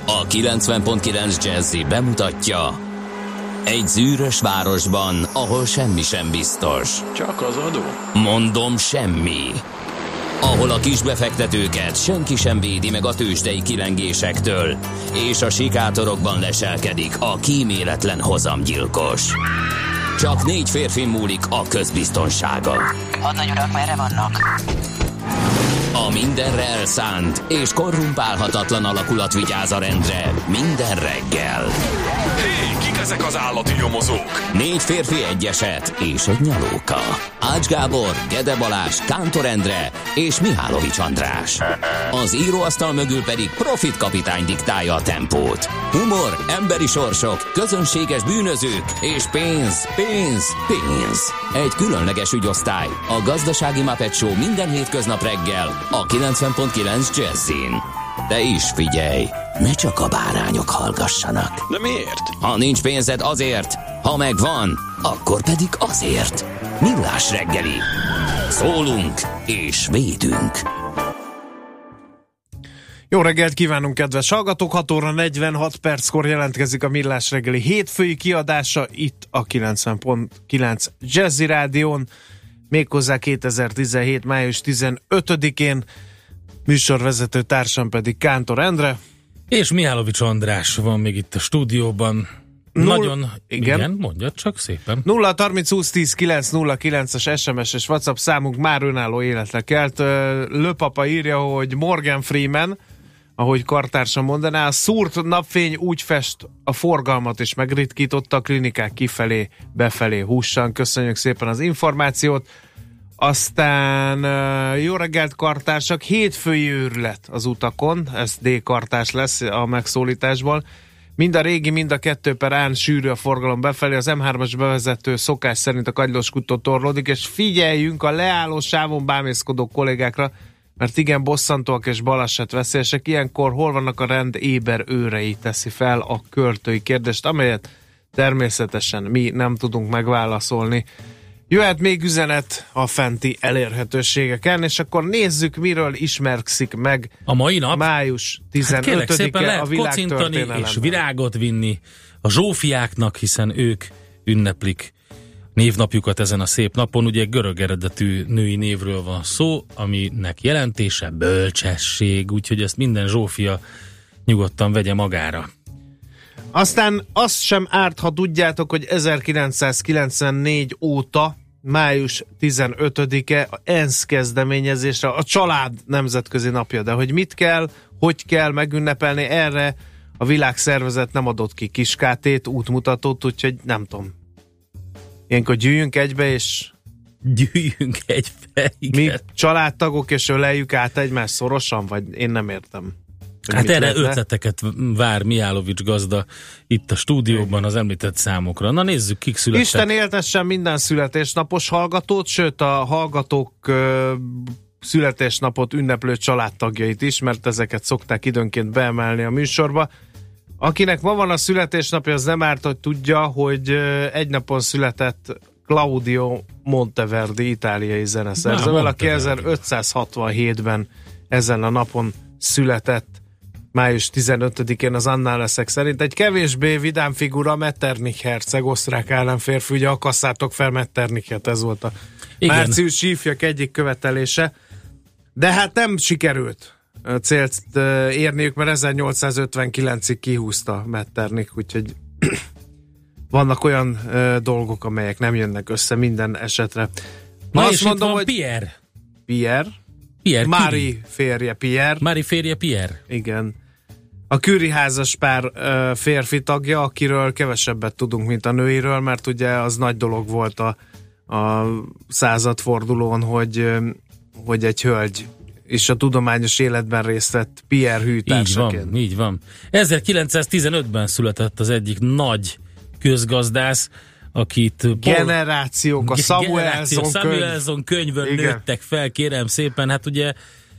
A 90.9 Jazzy bemutatja: egy zűrös városban, ahol semmi sem biztos. Csak az adó? Mondom, semmi. Ahol a kisbefektetőket senki sem védi meg a tőzsdei kilengésektől, és a sikátorokban leselkedik a kíméletlen hozamgyilkos. Csak 4 férfi múlik a közbiztonsága. Hadnagy urak, merre vannak? A mindenre elszánt és korrumpálhatatlan alakulat vigyáz a rendre minden reggel. Hé, kik ezek az állati nyomozók? 4 férfi, egy eset és egy nyalóka. Ács Gábor, Gede Balázs, Kántor Endre és Mihálovics András. Az íróasztal mögül pedig Profit kapitány diktálja a tempót. Humor, emberi sorsok, közönséges bűnözők és pénz, pénz, pénz. Egy különleges ügyosztály, a Gazdasági Muppet Show minden hétköznap reggel a 90.9 Jazzin. De is figyelj, ne csak a bárányok hallgassanak. De miért? Ha nincs pénzed, azért, ha megvan, akkor pedig azért. Millás reggeli. Szólunk és védünk. Jó reggelt kívánunk, kedves hallgatók! 6 óra 46 perckor jelentkezik a Millás reggeli hétfői kiadása itt a 90.9 Jazzy Rádión, méghozzá 2017. május 15-én, műsorvezető társam pedig Kántor Endre. És Mihálovics András van még itt a stúdióban. Nagyon, igen, mondjad csak szépen. 0-30-20-10-9-09-es SMS és WhatsApp számunk már önálló életre kelt. Lőpapa írja, hogy Morgan Freeman, ahogy kartársa mondaná, a szúrt napfény úgy fest a forgalmat és megritkította a klinikák kifelé, befelé hússan. Köszönjük szépen az információt. Aztán jó reggelt, kartársak, hétfői őrület az utakon, ez D-kartárs lesz a megszólításból. Mind a régi, mind a 2/án sűrű a forgalom befelé, az M3-as bevezető szokás szerint a Kagylós kúttól torlódik, és figyeljünk a leálló sávon bámészkodó kollégákra, mert igen bosszantóak és balesetveszélyesek. Ilyenkor hol vannak a rend éber őrei, teszi fel a költői kérdést, amelyet természetesen mi nem tudunk megválaszolni. Jöhet még üzenet a fenti elérhetőségeken, és akkor nézzük, miről ismerkszik meg a mai nap. Május 15-e kérlek szépen, lehet kocintani és virágot vinni a Zsófiáknak, hiszen ők ünneplik névnapjukat ezen a szép napon. Ugye görög eredetű női névről van szó, aminek jelentése bölcsesség, úgyhogy ezt minden Zsófia nyugodtan vegye magára. Aztán azt sem árt, ha tudjátok, hogy 1994 óta május 15-e a ENSZ kezdeményezésre a család nemzetközi napja, de hogy mit kell, hogy kell megünnepelni, erre a világszervezet nem adott ki kiskátét, útmutatót, úgyhogy nem tudom. Ilyenkor gyűjjünk egybe, és gyűjjünk egybe, igen. Mi családtagok, és öleljük át egymást szorosan, vagy én nem értem. Hát erre ötleteket vár Mihálovics gazda itt a stúdióban az említett számokra. Na nézzük, kik születtek. Isten éltessen minden születésnapos hallgatót, sőt a hallgatók születésnapot ünneplő családtagjait is, mert ezeket szokták időnként beemelni a műsorba. Akinek ma van a születésnapja, az nem árt, hogy tudja, hogy egy napon született Claudio Monteverdi, itáliai zeneszerzővel, aki 1567-ben ezen a napon született, május 15-én az Annáleszek szerint. Egy kevésbé vidám figura Metternich herceg, osztrák államférfi, ugye akasszátok fel Metternichet, ez volt a március ifjak egyik követelése. De hát nem sikerült célt érniük, mert 1859-ig kihúzta Metternich, úgyhogy vannak olyan dolgok, amelyek nem jönnek össze minden esetre. Na és mondom, hogy Pierre Mári férje Pierre. Mári férje Pierre. Igen. A Curie házaspár férfi tagja, akiről kevesebbet tudunk, mint a nőiről, mert ugye az nagy dolog volt a századfordulón, hogy egy hölgy és a tudományos életben részt vett Pierre hűtársaként. Így van. 1915-ben született az egyik nagy közgazdász, akit generációk, a Samuelson könyvön nőttek fel, kérem szépen. Hát ugye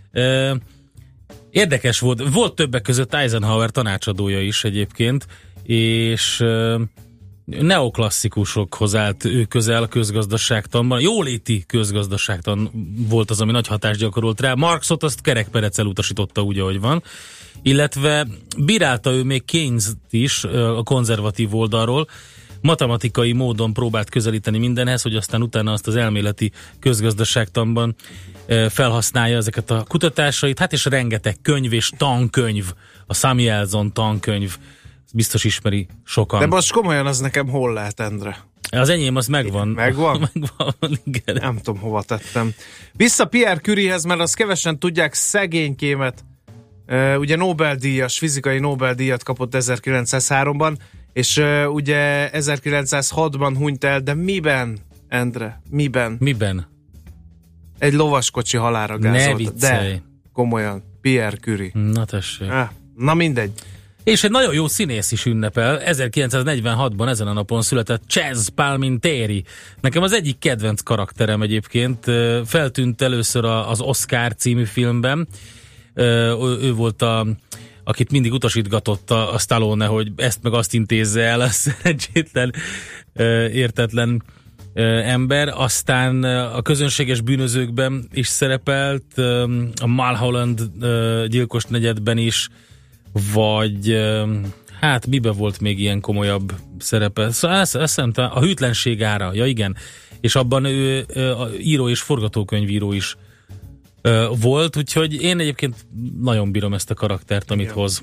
érdekes volt többek között Eisenhower tanácsadója is egyébként, és neoklasszikusokhoz állt ő közel a közgazdaságtanban. Jóléti közgazdaságtan volt az, ami nagy hatást gyakorolt rá. Marxot azt kerekperec elutasította úgy, ahogy van. Illetve bírálta ő még Keynes-t is a konzervatív oldalról. Matematikai módon próbált közelíteni mindenhez, hogy aztán utána azt az elméleti közgazdaságtanban felhasználja ezeket a kutatásait. Hát és rengeteg könyv és tankönyv, a Samuelson tankönyv, biztos ismeri sokan. De most komolyan az nekem hol lehet, Endre? Az enyém az megvan. Megvan? Megvan, igen. Nem tudom, hova tettem. Vissza Pierre Curiehez, mert azt kevesen tudják, szegénykémet. Ugye Nobel-díjas, fizikai Nobel-díjat kapott 1903-ban, és ugye 1906-ban hunyt el, de miben, Endre? Miben? Egy lovaskocsi halálra gázolt. De komolyan, Pierre Curie. Na tessék. Na mindegy. És egy nagyon jó színész is ünnepel. 1946-ban ezen a napon született Chazz Palminteri. Nekem az egyik kedvenc karakterem egyébként. Feltűnt először az Oscar című filmben. Ő volt akit mindig utasítgatott a Stallone, hogy ezt meg azt intézze el, a szerencsétlen, értetlen ember. Aztán a Közönséges bűnözőkben is szerepelt, a Mulholland gyilkos negyedben is, vagy hát miben volt még ilyen komolyabb szerepe? Szóval a Hűtlenség ára, ja igen. És abban ő író és forgatókönyvíró is volt, úgyhogy én egyébként nagyon bírom ezt a karaktert, amit hoz.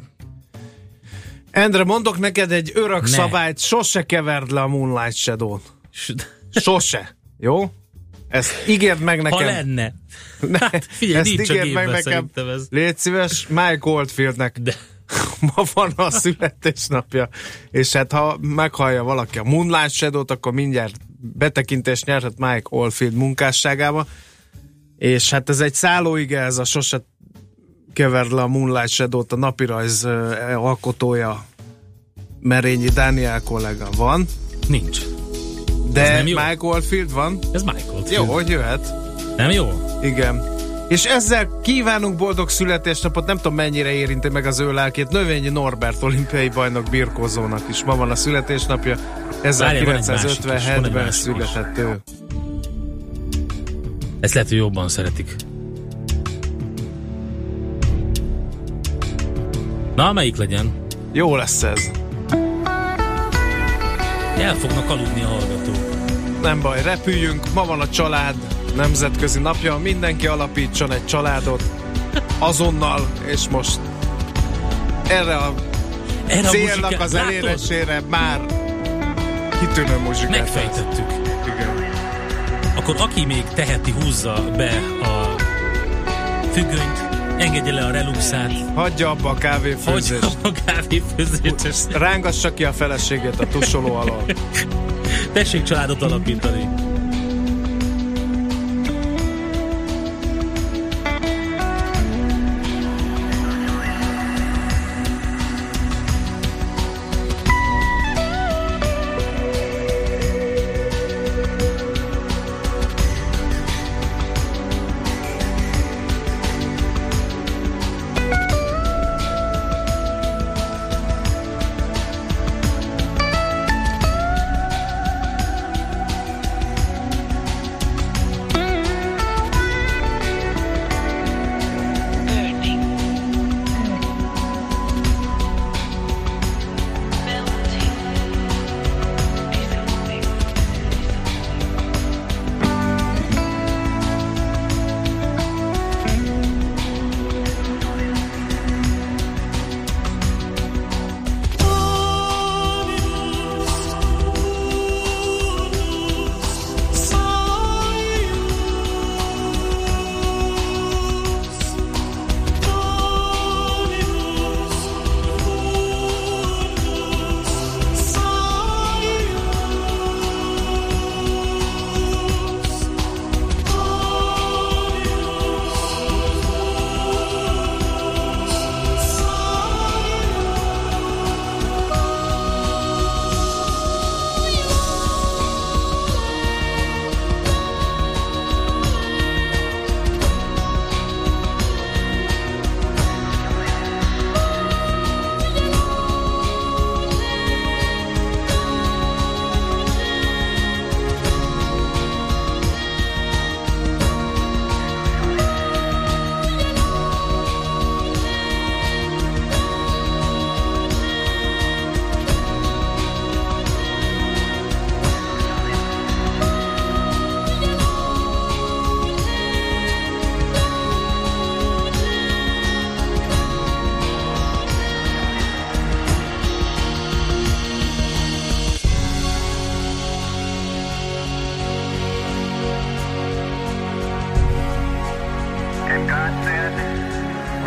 Endre, mondok neked egy örök szabályt, sose keverd le a Moonlight Shadow-t. Sose. Jó? Ezt ígérd meg nekem. Ha lenne. Hát figyelj, ezt ígérd meg nekem. Légy szíves, Mike Oldfieldnek ma van a születésnapja, és hát ha meghallja valaki a Moonlight Shadow-t, akkor mindjárt betekintést nyerhet Mike Oldfield munkásságába. És hát ez egy szállóige, ez a sose keverd le a Moonlight Shadow-t, a napirajz alkotója Merényi Dániel kollega van. Nincs. De Mike Oldfield van. Ez Mike Oldfield. Jó, hogy jöhet. Nem jó? Igen. És ezzel kívánunk boldog születésnapot, nem tudom mennyire érinti meg az ő lelkét, Növényi Norbert olimpiai bajnok birkózónak is ma van a születésnapja. 1957-ben született ő. Ezt lehet, hogy jobban szeretik. Na, melyik legyen? Jó lesz ez. El fognak aludni a hallgatók. Nem baj, repüljünk. Ma van a család nemzetközi napja. Mindenki alapítson egy családot azonnal, és most erre a célnak az elérésére már kitűnő muzsikát. Megfejtettük. Igen. Akkor aki még teheti, húzza be a függönyt, engedje le a reluxát. Hagyja abba a kávéfőzést. Rángassa ki a feleségét a tusoló alól. Tessék családot alapítani.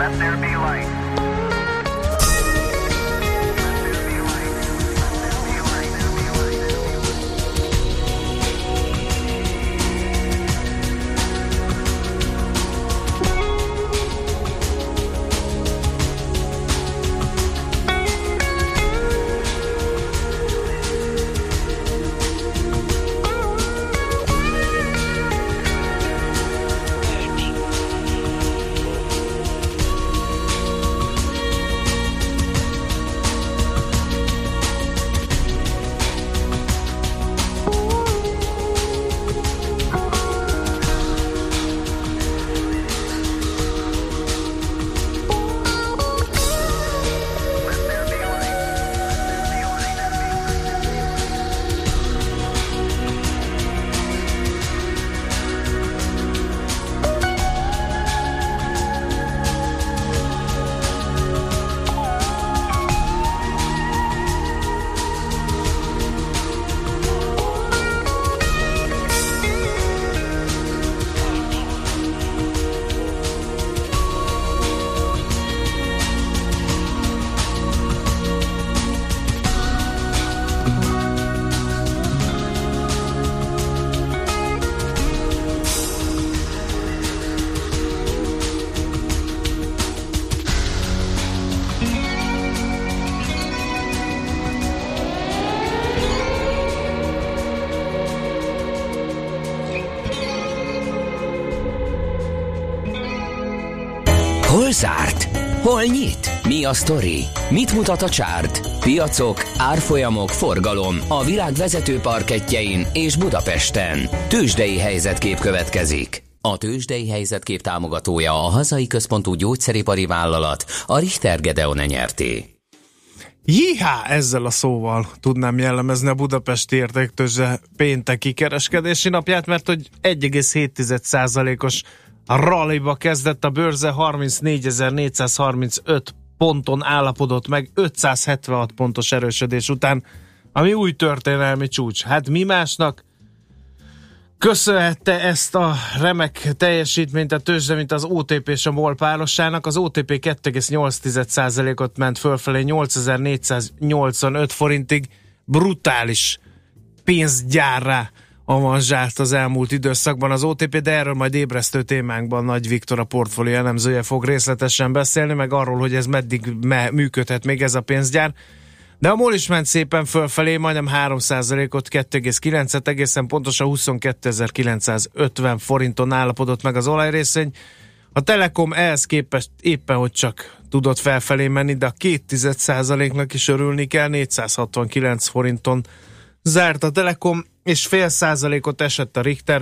Hol zárt? Hol nyit? Mi a sztori? Mit mutat a csárt? Piacok, árfolyamok, forgalom a világ vezető parkettjein és Budapesten. Tőzsdei helyzetkép következik. A Tőzsdei helyzetkép támogatója a hazai központú gyógyszeripari vállalat, a Richter Gedeon nyerté. Jihá! Ezzel a szóval tudnám jellemezni a budapesti értéktőzsde pénteki kereskedési napját, mert hogy 1,7%-os ralliba kezdett a bőrze, 34.435 ponton állapodott meg 576 pontos erősödés után, ami új történelmi csúcs. Hát mi másnak köszönhette ezt a remek teljesítményt a tőzsde, mint az OTP és a MOL párosának. Az OTP 2,8%-ot ment fölfelé 8485 forintig, brutális pénzgyárrá avanzsált az elmúlt időszakban az OTP, de erről majd ébresztő témánkban Nagy Viktor, a portfólió elemzője fog részletesen beszélni, meg arról, hogy ez meddig működhet még ez a pénzgyár. De a MOL is ment szépen fölfelé, majdnem 3%-ot, 2,9-et, egészen pontosan 22.950 forinton állapodott meg az olajrészvény. A Telekom ehhez képest éppen hogy csak tudott felfelé menni, de a 0,2%-nak is örülni kell, 469 forinton zárt a Telekom, és 0,5%-ot esett a Richter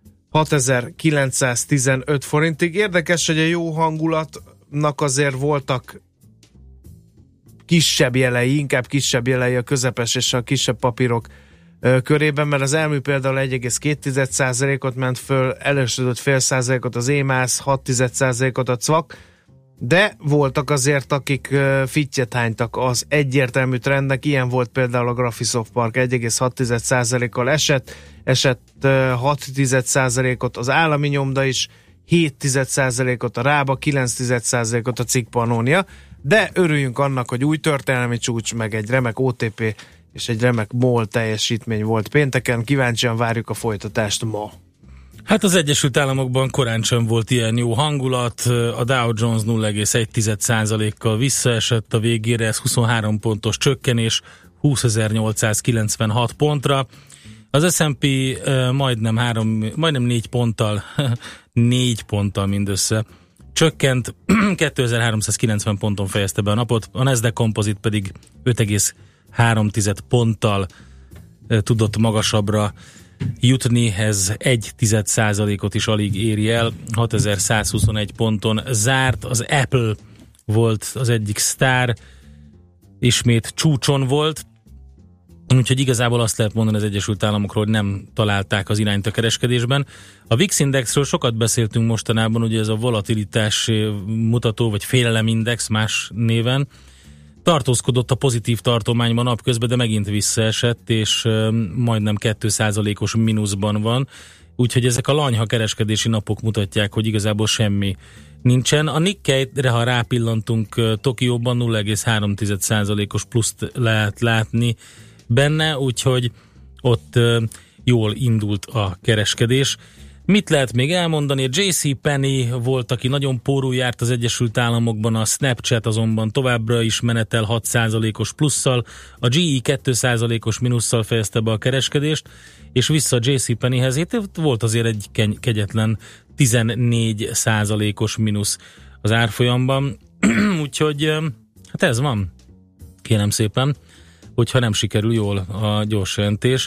6915 forintig. Érdekes, hogy a jó hangulatnak azért voltak kisebb jelei, inkább kisebb jelei a közepes és a kisebb papírok körében, mert az elmű például 1,2%-ot ment föl, elősödött 0,5%-ot az EMAS, 0,6%-ot a CVAK, de voltak azért, akik fittyet hánytak az egyértelmű trendnek, ilyen volt például a Graphisoft Park, 1,6%-kal esett 6%-ot az állami nyomda is, 7%-ot a Rába, 9%-ot a Cikk Pannonia, de örüljünk annak, hogy új történelmi csúcs, meg egy remek OTP és egy remek MOL teljesítmény volt pénteken. Kíváncsian várjuk a folytatást ma. Hát az Egyesült Államokban korán sem volt ilyen jó hangulat, a Dow Jones 0,1%-kal visszaesett a végére, ez 23 pontos csökkenés, 20.896 pontra. Az S&P majdnem 4 ponttal, 4 ponttal mindössze csökkent, 2390 ponton fejezte be a napot, a Nasdaq Composite pedig 5,3 ponttal tudott magasabbra jutni, ez 1% is alig éri el, 6121 ponton zárt. Az Apple volt az egyik sztár, ismét csúcson volt, úgyhogy igazából azt lehet mondani az Egyesült Államokról, hogy nem találták az irányt a kereskedésben. A VIX Indexről sokat beszéltünk mostanában, ugye ez a volatilitás mutató, vagy félelemindex más néven, tartózkodott a pozitív tartományban napközben, de megint visszaesett, és majdnem 2%-os mínuszban van. Úgyhogy ezek a lanyha kereskedési napok mutatják, hogy igazából semmi nincsen. A Nikkei-re, ha rápillantunk, Tokióban 0,3%-os pluszt lehet látni benne, úgyhogy ott jól indult a kereskedés. Mit lehet még elmondani? A JCPenney volt, aki nagyon pórul járt az Egyesült Államokban, a Snapchat azonban továbbra is menetel 6%-os plusszal, a GE 2%-os mínusszal fejezte be a kereskedést, és vissza a JCPenneyhez, itt volt azért egy kegyetlen 14%-os mínusz az árfolyamban, úgyhogy hát ez van, kérem szépen, hogyha nem sikerül jól a gyors jelentés.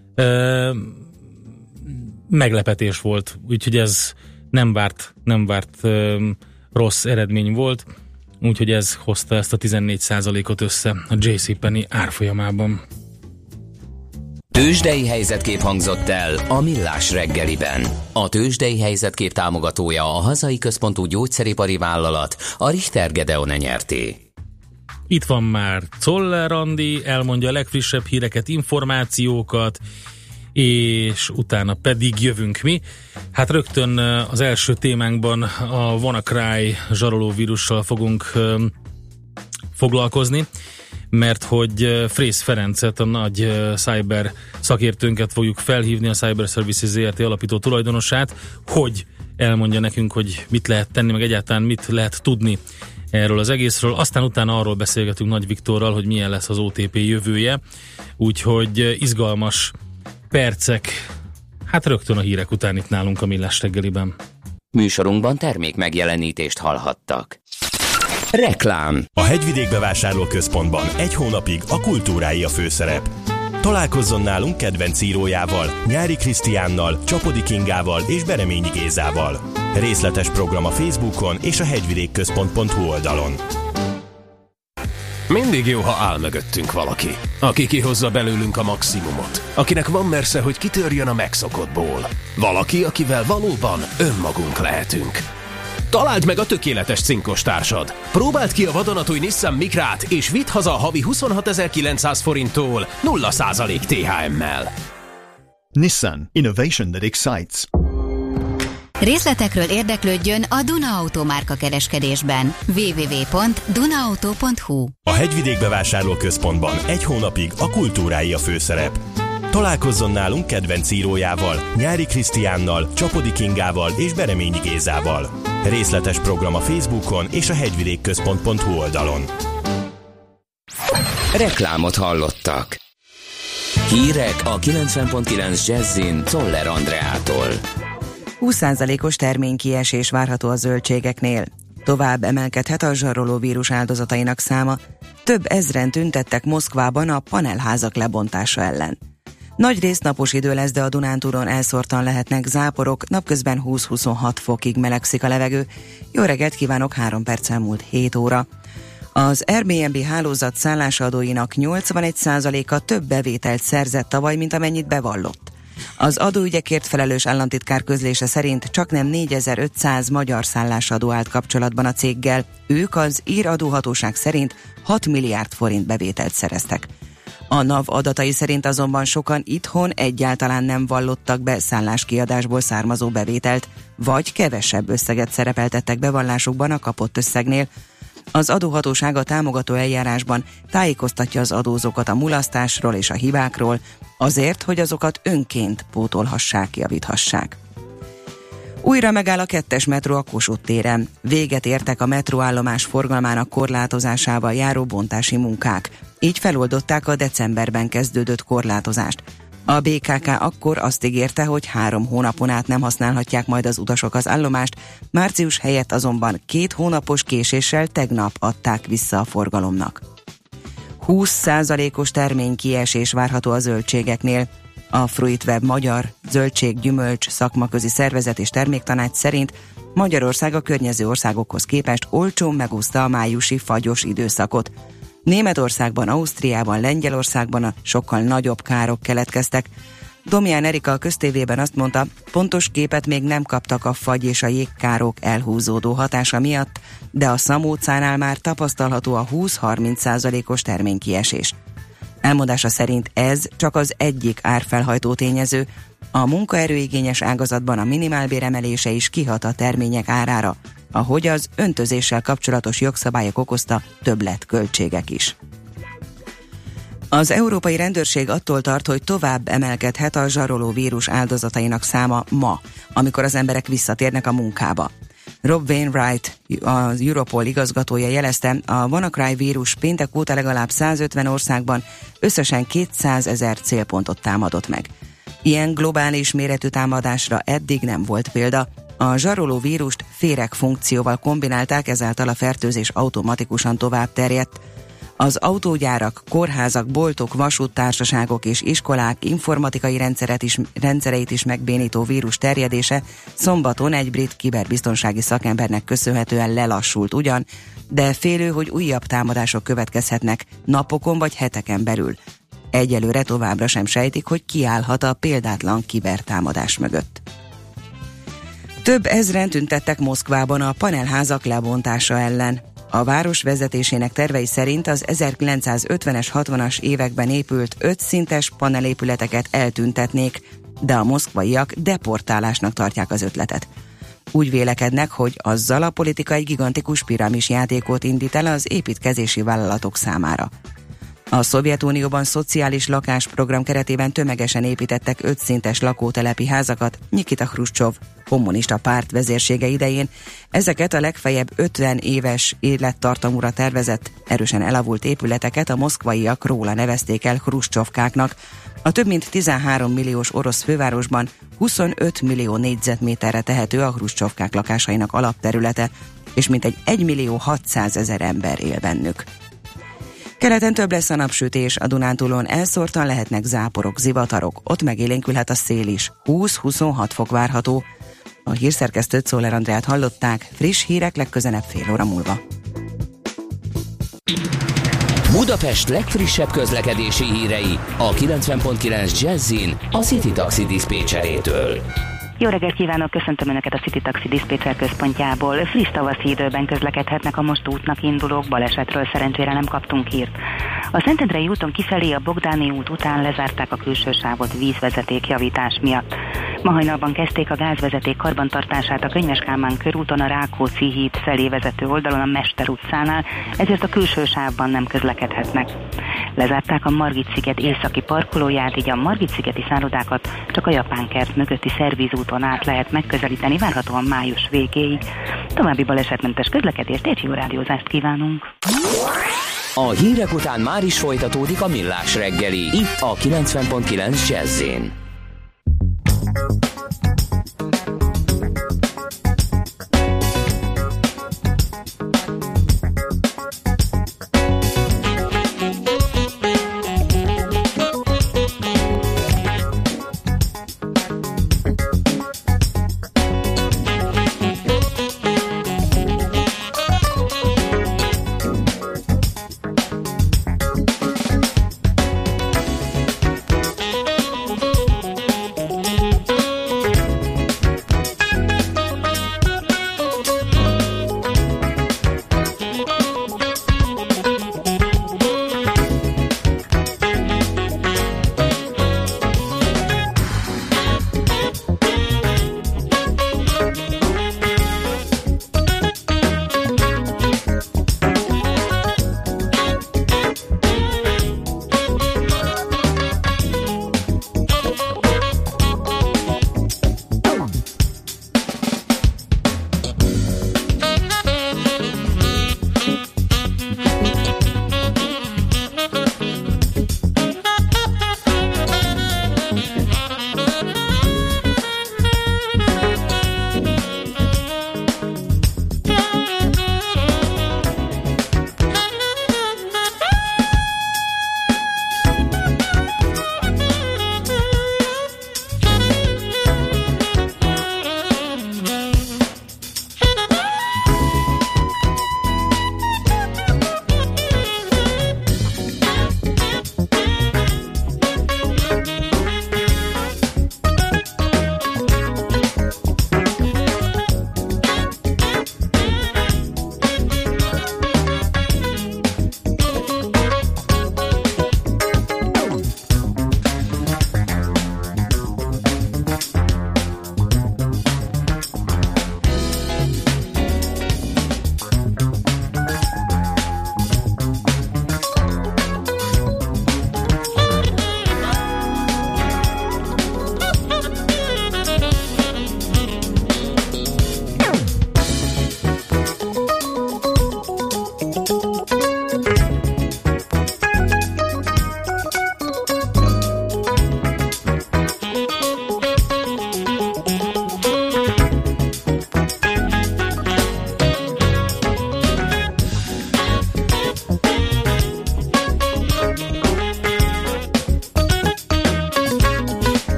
Meglepetés volt, úgyhogy ez nem várt rossz eredmény volt, úgyhogy ez hozta ezt a 14%-ot össze a JCPenney árfolyamában. Tőzsdei helyzetkép hangzott el a Millás reggeliben. A Tőzsdei helyzetkép támogatója a hazai központú gyógyszeripari vállalat, a Richter Gedeon nyerté. Itt van már Czoller Andi, elmondja a legfrissebb híreket, információkat, és utána pedig jövünk mi. Hát rögtön az első témánkban a WannaCry zsarolóvírussal fogunk foglalkozni, mert hogy Frész Ferencet, a nagy cyber szakértőnket fogjuk felhívni, a Cyber Services ZRT alapító tulajdonosát, hogy elmondja nekünk, hogy mit lehet tenni, meg egyáltalán mit lehet tudni erről az egészről. Aztán utána arról beszélgetünk Nagy Viktorral, hogy milyen lesz az OTP jövője. Úgyhogy izgalmas percek, hát rögtön a hírek után itt nálunk a Millás reggeliben. Műsorunkban termék megjelenítést hallhattak. Reklám. A Hegyvidék bevásárlóközpontban egy hónapig a kultúrái a főszerep. Találkozzon nálunk kedvenc írójával, Nyári Krisztiánnal, Csapodi Kingával és Bereményi Gézával. Részletes program a Facebookon és a hegyvidékközpont.hu oldalon. Mindig jó, ha áll mögöttünk valaki, aki kihozza belőlünk a maximumot, akinek van mersze, hogy kitörjön a megszokottból. Valaki, akivel valóban önmagunk lehetünk. Találd meg a tökéletes cinkos társad. Próbáld ki a vadonatúj Nissan Micrát, és vidd haza a havi 26.900 forinttól 0% THM-mel. Nissan. Innovation that excites. Részletekről érdeklődjön a Duna Auto márka kereskedésben. www.dunaauto.hu. A Hegyvidék bevásárlóközpontban egy hónapig a kultúrái a főszerep. Találkozzon nálunk kedvenc írójával, Nyári Krisztiánnal, Csapodi Kingával és Bereményi Gézával. Részletes program a Facebookon és a hegyvidékközpont.hu oldalon. Reklámot hallottak. Hírek a 90.9 Jazzin Czoller Andreától. 20%-os terménykiesés várható a zöldségeknél. Tovább emelkedhet a zsarolóvírus áldozatainak száma. Több ezren tüntettek Moszkvában a panelházak lebontása ellen. Nagy rész napos idő lesz, de a Dunántúron elszórtan lehetnek záporok, napközben 20-26 fokig melegszik a levegő. Jó reggelt kívánok, 3 perccel múlt 7 óra. Az Airbnb hálózat szállásadóinak 81%-a több bevételt szerzett tavaly, mint amennyit bevallott. Az adóügyekért felelős államtitkár közlése szerint csaknem 4500 magyar szállásadó állt kapcsolatban a céggel. Ők az ír adóhatóság szerint 6 milliárd forint bevételt szereztek. A NAV adatai szerint azonban sokan itthon egyáltalán nem vallottak be szálláskiadásból származó bevételt, vagy kevesebb összeget szerepeltettek bevallásukban a kapott összegnél. Az adóhatóság a támogató eljárásban tájékoztatja az adózókat a mulasztásról és a hibákról, azért, hogy azokat önként pótolhassák, javíthassák. Újra megáll a 2-es metró a Kossuth téren. Véget értek a metróállomás forgalmának korlátozásával járó bontási munkák. Így feloldották a decemberben kezdődött korlátozást. A BKK akkor azt ígérte, hogy 3 hónapon át nem használhatják majd az utasok az állomást, március helyett azonban 2 hónapos késéssel tegnap adták vissza a forgalomnak. 20%-os terménykiesés várható a zöldségeknél. A Fruitweb Magyar Zöldség-Gyümölcs Szakmaközi Szervezet és Terméktanács szerint Magyarország a környező országokhoz képest olcsón megúszta a májusi fagyos időszakot. Németországban, Ausztriában, Lengyelországban sokkal nagyobb károk keletkeztek. Domján Erika a Köztévében azt mondta, pontos képet még nem kaptak a fagy és a jégkárok elhúzódó hatása miatt, de a Szamócánál már tapasztalható a 20-30%-os terménykiesés. Elmondása szerint ez csak az egyik árfelhajtó tényező, a munkaerőigényes ágazatban a minimálbér emelése is kihat a termények árára, ahogy az öntözéssel kapcsolatos jogszabályok okozta többletköltségek is. Az európai rendőrség attól tart, hogy tovább emelkedhet a zsaroló vírus áldozatainak száma ma, amikor az emberek visszatérnek a munkába. Rob Wainwright, az Europol igazgatója jelezte, a WannaCry vírus péntek óta legalább 150 országban összesen 200 000 célpontot támadott meg. Ilyen globális méretű támadásra eddig nem volt példa. A zsaroló vírust féreg funkcióval kombinálták, ezáltal a fertőzés automatikusan tovább terjedt. Az autógyárak, kórházak, boltok, vasúttársaságok és iskolák informatikai rendszereit is megbénító vírus terjedése szombaton egy brit kiberbiztonsági szakembernek köszönhetően lelassult ugyan, de félő, hogy újabb támadások következhetnek napokon vagy heteken belül. Egyelőre továbbra sem sejtik, hogy ki állhat a példátlan kibertámadás mögött. Több ezren tüntettek Moszkvában a panelházak lebontása ellen. A város vezetésének tervei szerint az 1950-es, 60-as években épült 5 szintes panelépületeket eltüntetnék, de a moszkvaiak deportálásnak tartják az ötletet. Úgy vélekednek, hogy azzal a politika egy gigantikus piramis játékot indít el az építkezési vállalatok számára. A Szovjetunióban szociális lakásprogram keretében tömegesen építettek 5 szintes lakótelepi házakat Nikita Hruscsov kommunista párt vezérsége idején. Ezeket a legfeljebb 50 éves élettartamúra tervezett, erősen elavult épületeket a moszkvaiak róla nevezték el Hruscsovkáknak. A több mint 13 milliós orosz fővárosban 25 millió négyzetméterre tehető a Hruscsovkák lakásainak alapterülete, és mintegy 1.600.000 ember él bennük. Keleten több lesz a napsütés, a Dunántúlon elszórtan lehetnek záporok, zivatarok, ott megélénkülhet a szél is. 20-26 fok várható. A hírszerkesztőt, Szoller Andreát hallották, friss hírek legközelebb fél óra múlva. Budapest legfrissebb közlekedési hírei a 90.9 Jazzin a City Taxi diszpécserétől. Jó reggelt kívánok, köszöntöm Önöket a City Taxi diszpécser központjából. Friss tavaszi időben közlekedhetnek a most útnak indulók, balesetről szerencsére nem kaptunk hírt. A Szentendrei úton kifelé a Bogdáni út után lezárták a külső sávot vízvezeték javítás miatt. Ma hajnalban kezdték a gázvezeték karbantartását a Könyves Kálmán körúton a Rákóczi híd felé vezető oldalon a Mester utcánál, ezért a külső sávban nem közlekedhetnek. Lezárták a Margit-sziget északi parkolóját, így a Margit-szigeti szállodákat csak a Japánkert mögötti szervízúton át lehet megközelíteni, várhatóan május végéig. További balesetmentes közlekedést és jó rádiózást kívánunk! A hírek után már is folytatódik a Millás reggeli, itt a 90.9 Jazz-én.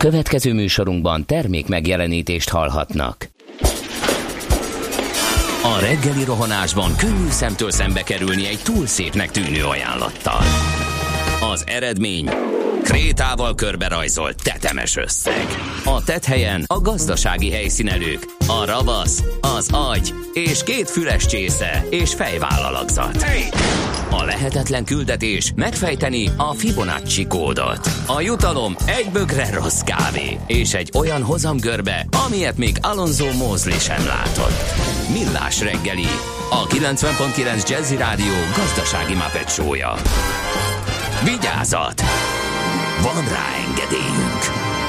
Következő műsorunkban termék megjelenítést hallhatnak. A reggeli rohanásban könnyű szemtől szembe kerülni egy túl szépnek tűnő ajánlattal. Az eredmény krétával körberajzolt tetemes összeg. A tetthelyen a gazdasági helyszínelők, a ravasz, az agy és 2 füles csésze és fejvállalakzat. A lehetetlen küldetés megfejteni a Fibonacci kódot. A jutalom egy bögre rossz kávé és egy olyan hozamgörbe, amilyet még Alonso Mosley sem látott. Millás reggeli, a 90.9 Jazzy Rádió gazdasági Muppet show-ja. Vigyázat! Van rá engedélyünk!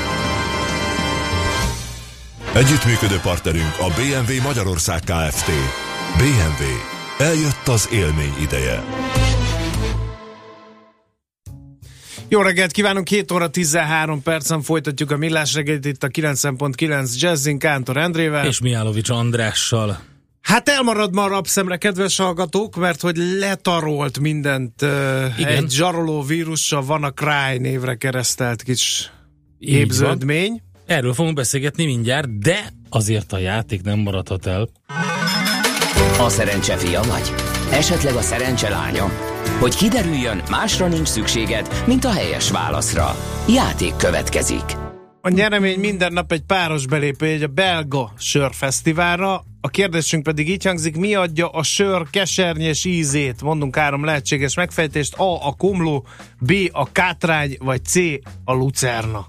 Együttműködő partnerünk a BMW Magyarország Kft. BMW. Eljött az élmény ideje. Jó reggelt kívánunk, 7 óra 13 percen folytatjuk a Millás reggelit itt a 90.9 Jazzin Kántor Endrével. És Mihálovics Andrással. Hát elmarad ma a rabszemre, kedves hallgatók, mert hogy letarolt mindent egy zsaroló vírussal, van a Cry névre keresztelt kis gépzöldmény. Erről fogunk beszélgetni mindjárt, de azért a játék nem maradhat el. A szerencse fia vagy? Esetleg a szerencse lánya? Hogy kiderüljön, másra nincs szükséged, mint a helyes válaszra. Játék következik. A nyeremény minden nap egy páros belépőjegy a belga sörfesztiválra. A kérdésünk pedig így hangzik, mi adja a sör kesernyés ízét? Mondunk 3 lehetséges megfejtést. A. a komló, B. a kátrány, vagy C. a lucerna.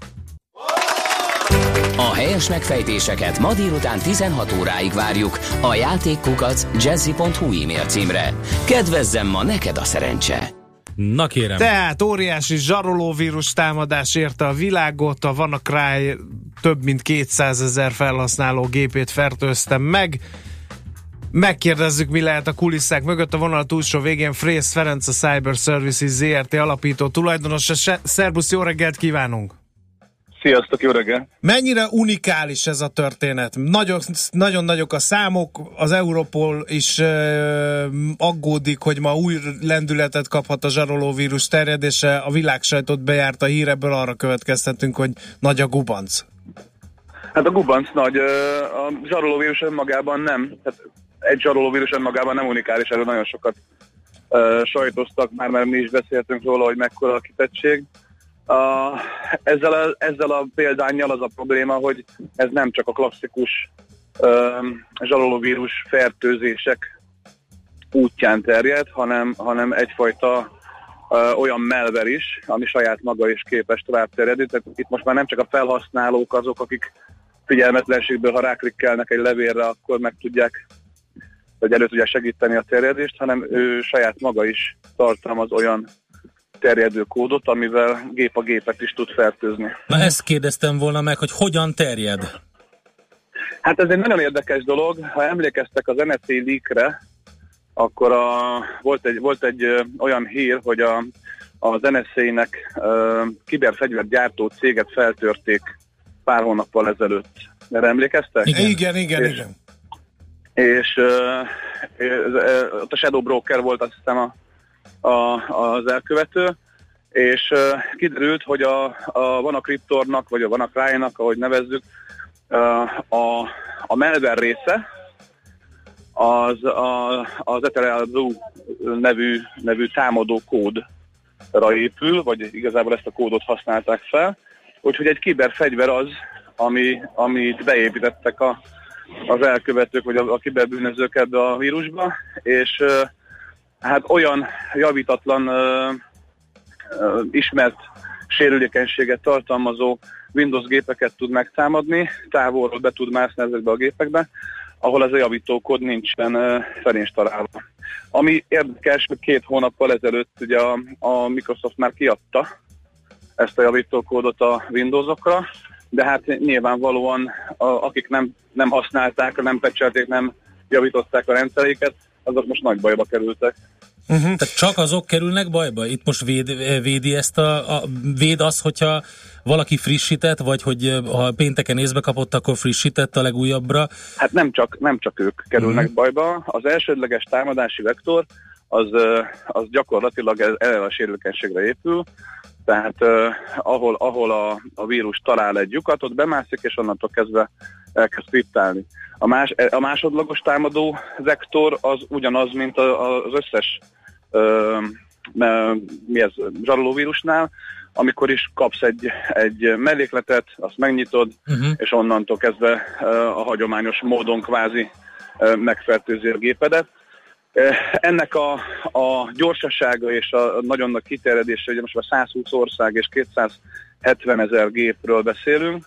A helyes megfejtéseket ma délután 16 óráig várjuk a játékkukac@jazzy.hu e-mail címre. Kedvezzem ma neked a szerencse! Na kérem. Tehát óriási zsarolóvírus támadás érte a világot, a WannaCry több mint 200 000 felhasználó gépét fertőztem meg. Megkérdezzük, mi lehet a kulisszák mögött. A vonal túlsó végén Frész Ferenc, a Cyber Services ZRT alapító tulajdonosa. Szerbusz, jó reggelt kívánunk! Sziasztok, jó reggel! Mennyire unikális ez a történet? Nagyon nagyok a számok, az Europol is aggódik, hogy ma új lendületet kaphat a zsarolóvírus terjedése, a világsajtót bejárta hír, ebből arra következtetünk, hogy nagy a gubanc. Hát a gubanc nagy, a zsarolóvírus önmagában nem, tehát egy zsarolóvírus önmagában nem unikális, erről nagyon sokat sajtoztak már, mert mi is beszéltünk róla, hogy mekkora a kitettség. Ezzel a példánnyal az a probléma, hogy ez nem csak a klasszikus zsarolóvírus fertőzések útján terjed, hanem egyfajta olyan malware is, ami saját maga is képes tovább terjedni. Tehát itt most már nem csak a felhasználók azok, akik figyelmetlenségből, ha ráklikkelnek egy levélre, akkor meg tudják, vagy elő tudják segíteni a terjedést, hanem ő saját maga is tartalmaz olyan terjedő kódot, amivel gép a gépet is tud fertőzni. Na ezt kérdeztem volna meg, hogy hogyan terjed? Hát ez egy nagyon érdekes dolog. Ha emlékeztek az NSA leakre, akkor volt egy olyan hír, hogy az NSA-nek kiberfegyvergyártó céget feltörték pár hónappal ezelőtt. Erre emlékeztek? Igen. És ott a Shadow Broker volt, azt hiszem, az elkövető, és kiderült, hogy a WannaCryptornak, vagy a WannaCry-nak, ahogy nevezzük, a malware része az Ethereal Blue nevű támadó kódra épül, vagy igazából ezt a kódot használták fel, úgyhogy egy kiberfegyver az, amit beépítettek az elkövetők, vagy a kiberbűnözők ebbe a vírusba, és hát olyan javítatlan, ismert sérülékenységet tartalmazó Windows gépeket tud megtámadni, távolról be tud mászni ezekbe a gépekbe, ahol ez a javítókód nincsen felinstalálva. Ami érdekes, hogy 2 hónappal ezelőtt ugye a Microsoft már kiadta ezt a javítókódot a Windowsokra, de hát nyilvánvalóan akik nem használták, nem patchelték, nem javították a rendszereiket, azok most nagy bajba kerültek. Tehát csak azok kerülnek bajba? Itt most védi ezt véd az, hogyha valaki frissített, vagy hogy ha pénteken észbe kapott, akkor frissített a legújabbra? Hát nem csak ők kerülnek bajba. Az elsődleges támadási vektor az gyakorlatilag erre a sérülékenységre épül. Tehát ahol a vírus talál egy lyukat, ott bemászik, és onnantól kezdve elkezd kriptálni. A másodlagos támadó vektor az ugyanaz, mint az összes zsarolóvírusnál, amikor is kapsz egy mellékletet, azt megnyitod, és onnantól kezdve a hagyományos módon kvázi megfertőzi a gépedet. Ennek a gyorsasága és a nagyon nagy kiterjedése, ugye most már 120 ország és 270 000 gépről beszélünk,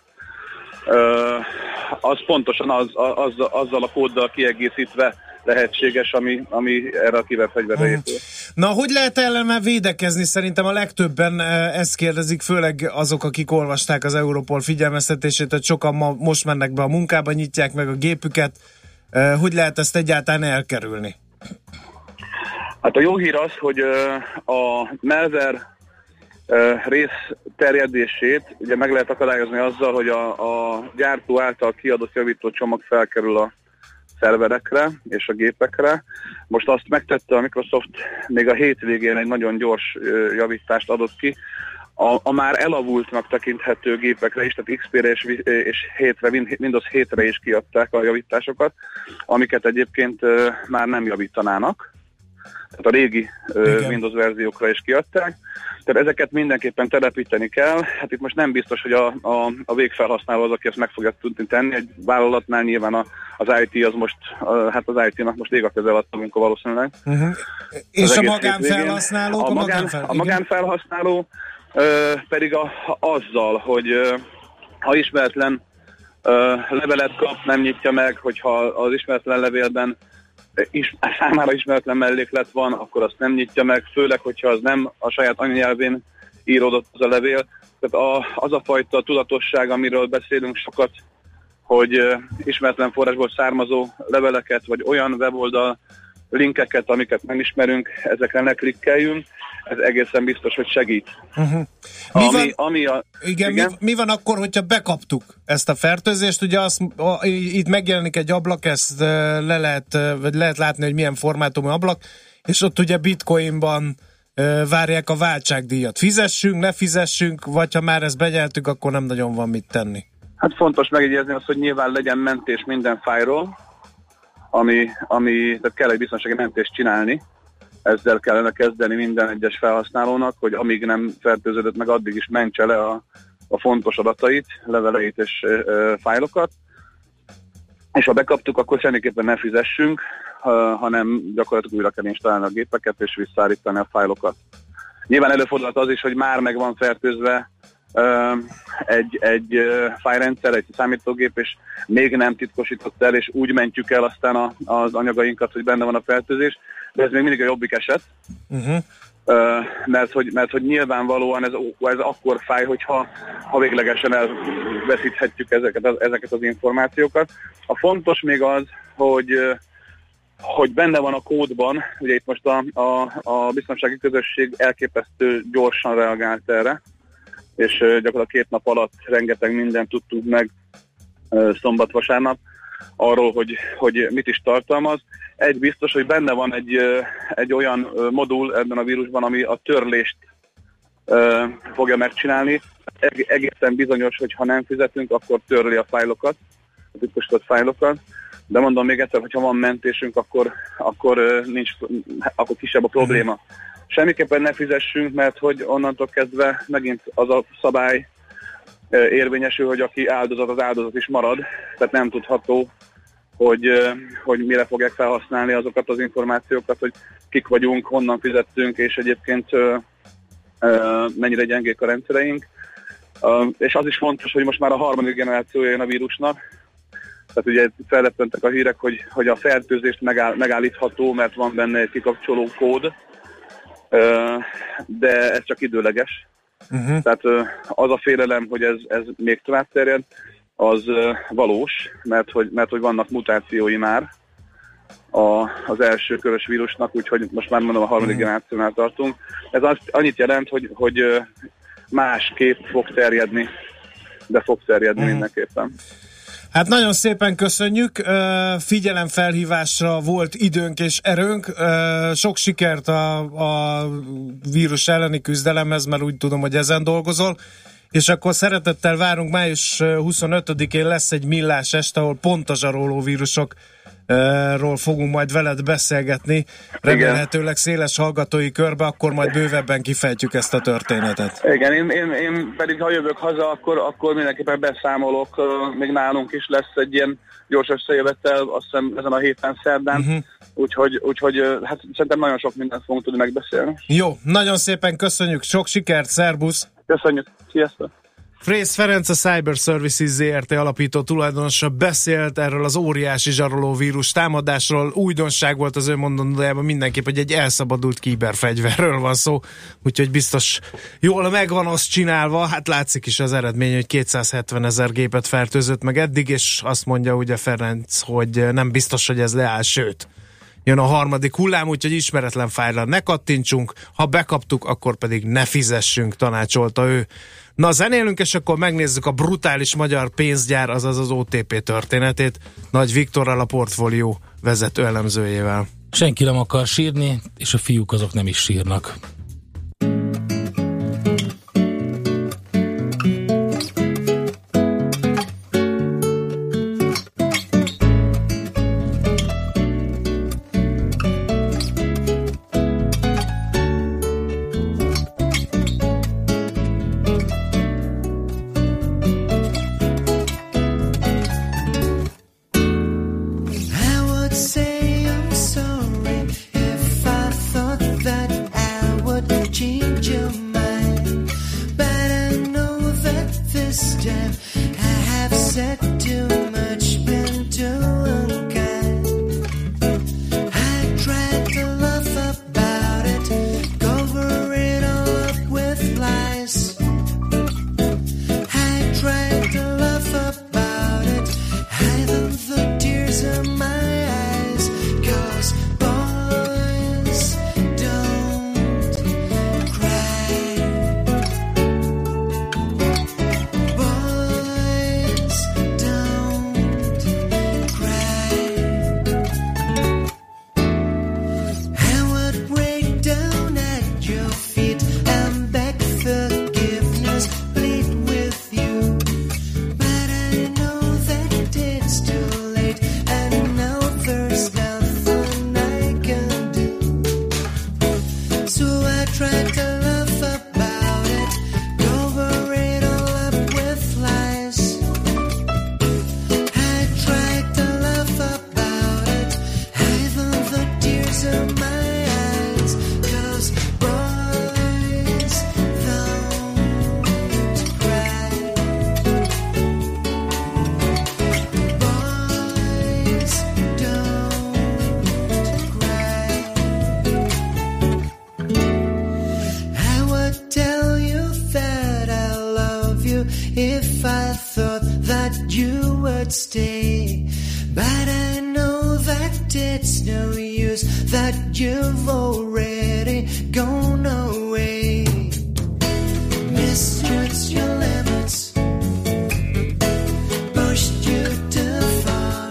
az pontosan azzal a kóddal kiegészítve lehetséges, ami erre a kiberfegyverre épül. Na, hogy lehet ellen védekezni? Szerintem a legtöbben ezt kérdezik, főleg azok, akik olvasták az Europol figyelmeztetését, hogy sokan most mennek be a munkába, nyitják meg a gépüket. Hogy lehet ezt egyáltalán elkerülni? Hát a jó hír az, hogy a malware rész terjedését ugye meg lehet akadályozni azzal, hogy a gyártó által kiadott javítócsomag felkerül a szerverekre és a gépekre. Most azt megtette a Microsoft még a hétvégén egy nagyon gyors javítást adott ki. A már elavultnak tekinthető gépekre is, tehát XP-re és Windows 7-re is kiadták a javításokat, amiket egyébként már nem javítanának. Tehát a régi Windows verziókra is kiadták. Tehát ezeket mindenképpen telepíteni kell. Hát itt most nem biztos, hogy a végfelhasználó az, aki ezt meg fogja tudni tenni. Egy vállalatnál nyilván az IT az most, hát az IT-nak most ég a közel adta munka valószínűleg. És a magánfelhasználó? A magánfelhasználó pedig azzal, hogy ha ismeretlen levelet kap, nem nyitja meg, hogyha az ismeretlen levélben számára ismeretlen melléklet van, akkor azt nem nyitja meg, főleg, hogyha az nem a saját anyanyelvén íródott az a levél. Tehát az a fajta tudatosság, amiről beszélünk sokat, hogy ismeretlen forrásból származó leveleket, vagy olyan weboldal linkeket, amiket nem ismerünk, ezekre ne klikkeljünk, ez egészen biztos, hogy segít. Mi van akkor, hogyha bekaptuk ezt a fertőzést? Ugye itt megjelenik egy ablak, ezt lehet látni, hogy milyen formátumú ablak, és ott ugye bitcoinban várják a váltságdíjat. Fizessünk, ne fizessünk, vagy ha már ezt benyeltük, akkor nem nagyon van mit tenni. Hát fontos megjegyezni azt, hogy nyilván legyen mentés minden fájról, tehát kell egy biztonsági mentést csinálni. Ezzel kellene kezdeni minden egyes felhasználónak, hogy amíg nem fertőződött meg, addig is mentse le a fontos adatait, leveleit és fájlokat. És ha bekaptuk, akkor semmiképpen ne fizessünk, hanem gyakorlatilag újra kell installálni a gépeket és visszaállítani a fájlokat. Nyilván előfordulhat az is, hogy már meg van fertőzve egy fájlrendszer, egy számítógép, és még nem titkosított el, és úgy mentjük el aztán az anyagainkat, hogy benne van a fertőzés, de ez még mindig a jobbik eset, mert hogy nyilvánvalóan ez akkor fáj, hogyha véglegesen elveszíthetjük ezeket az információkat. A fontos még az, hogy benne van a kódban, ugye itt most a biztonsági közösség elképesztő gyorsan reagált erre, és gyakorlatilag 2 nap alatt rengeteg mindent tudtunk meg szombat-vasárnap arról, hogy mit is tartalmaz. Egy biztos, hogy benne van egy olyan modul ebben a vírusban, ami a törlést fogja megcsinálni. Egészen bizonyos, hogy ha nem fizetünk, akkor törli a fájlokat, a titkosított fájlokat. De mondom még egyszer, hogyha van mentésünk, akkor kisebb a probléma. Semmiképpen ne fizessünk, mert hogy onnantól kezdve megint az a szabály érvényesül, hogy aki áldozat, az áldozat is marad. Tehát nem tudható, hogy mire fogják felhasználni azokat az információkat, hogy kik vagyunk, honnan fizettünk, és egyébként mennyire gyengék a rendszereink. És az is fontos, hogy most már a 3. generációja jön a vírusnak. Tehát ugye felleppentek a hírek, hogy a fertőzést megállítható, mert van benne egy kikapcsoló kód, de ez csak időleges. Tehát az a félelem, hogy ez még tovább terjed, az valós, mert hogy vannak mutációi már az első körös vírusnak, úgyhogy most már mondom a 3. generációnál tartunk. Ez annyit jelent, hogy másképp fog terjedni, de fog terjedni mindenképpen. Hát nagyon szépen köszönjük, figyelemfelhívásra volt időnk és erőnk, sok sikert a vírus elleni küzdelemhez, mert úgy tudom, hogy ezen dolgozol, és akkor szeretettel várunk, május 25-én lesz egy Millás este, ahol pont a zsaroló vírusokról fogunk majd veled beszélgetni, remélhetőleg széles hallgatói körbe, akkor majd bővebben kifejtjük ezt a történetet. Igen, én pedig ha jövök haza, akkor mindenképpen beszámolok, még nálunk is lesz egy ilyen gyors összejövetel, azt hiszem ezen a héten szerdán, úgyhogy hát szerintem nagyon sok mindent fogunk tudni megbeszélni. Jó, nagyon szépen köszönjük, sok sikert, szerbusz! Köszönjük, sziasztok! Frész Ferenc, a Cyber Services ZRT alapító tulajdonosa beszélt erről az óriási zsaroló vírus támadásról. Újdonság volt az ő mondandójában mindenképp, hogy egy elszabadult kiberfegyverről van szó, úgyhogy biztos jól megvan azt csinálva. Hát látszik is az eredmény, hogy 270 000 gépet fertőzött meg eddig, és azt mondja ugye Ferenc, hogy nem biztos, hogy ez leáll, sőt, jön a harmadik hullám, úgyhogy ismeretlen fájlra ne kattintsunk, ha bekaptuk, akkor pedig ne fizessünk, tanácsolta ő. Na, zenélünk, és akkor megnézzük a brutális magyar pénzgyár, azaz az OTP történetét Nagy Viktorral, a Portfólió vezető elemzőjével. Senki nem akar sírni, és a fiúk azok nem is sírnak. Stay, but I know that it's no use, that you've already gone away. Misjudged your limits, pushed you too far,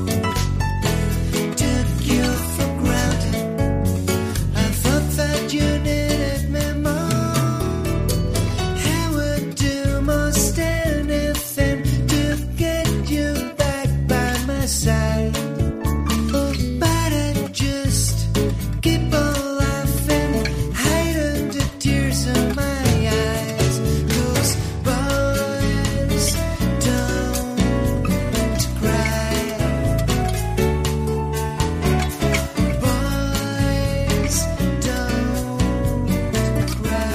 took you for granted. I thought that you needed me more. I would do most anything to get you back by my side, but I just keep on laughing, hiding the tears in my eyes, 'cause boys don't cry. Boys don't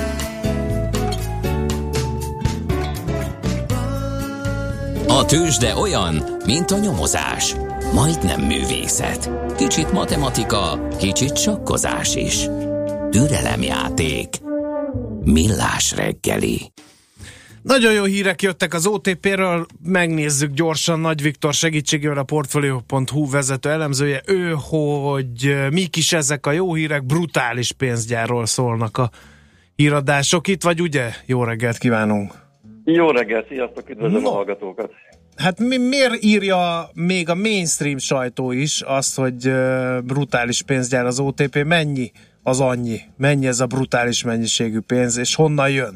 cry. A tőzsde olyan, mint a nyomozás. Majdnem művészet. Kicsit matematika, kicsit sakkozás is. Türelemjáték. Millás reggeli. Nagyon jó hírek jöttek az OTP-ről, megnézzük gyorsan Nagy Viktor segítségével, a Portfolio.hu vezető elemzője. Ő, hogy mik is ezek a jó hírek, brutális pénzgyárról szólnak a híradások. Itt vagy, ugye? Jó reggelt kívánunk! Jó reggelt, sziasztok, üdvözlöm a hallgatókat! Hát miért írja még a mainstream sajtó is azt, hogy brutális pénzgyár az OTP? Mennyi az annyi? Mennyi ez a brutális mennyiségű pénz, és honnan jön?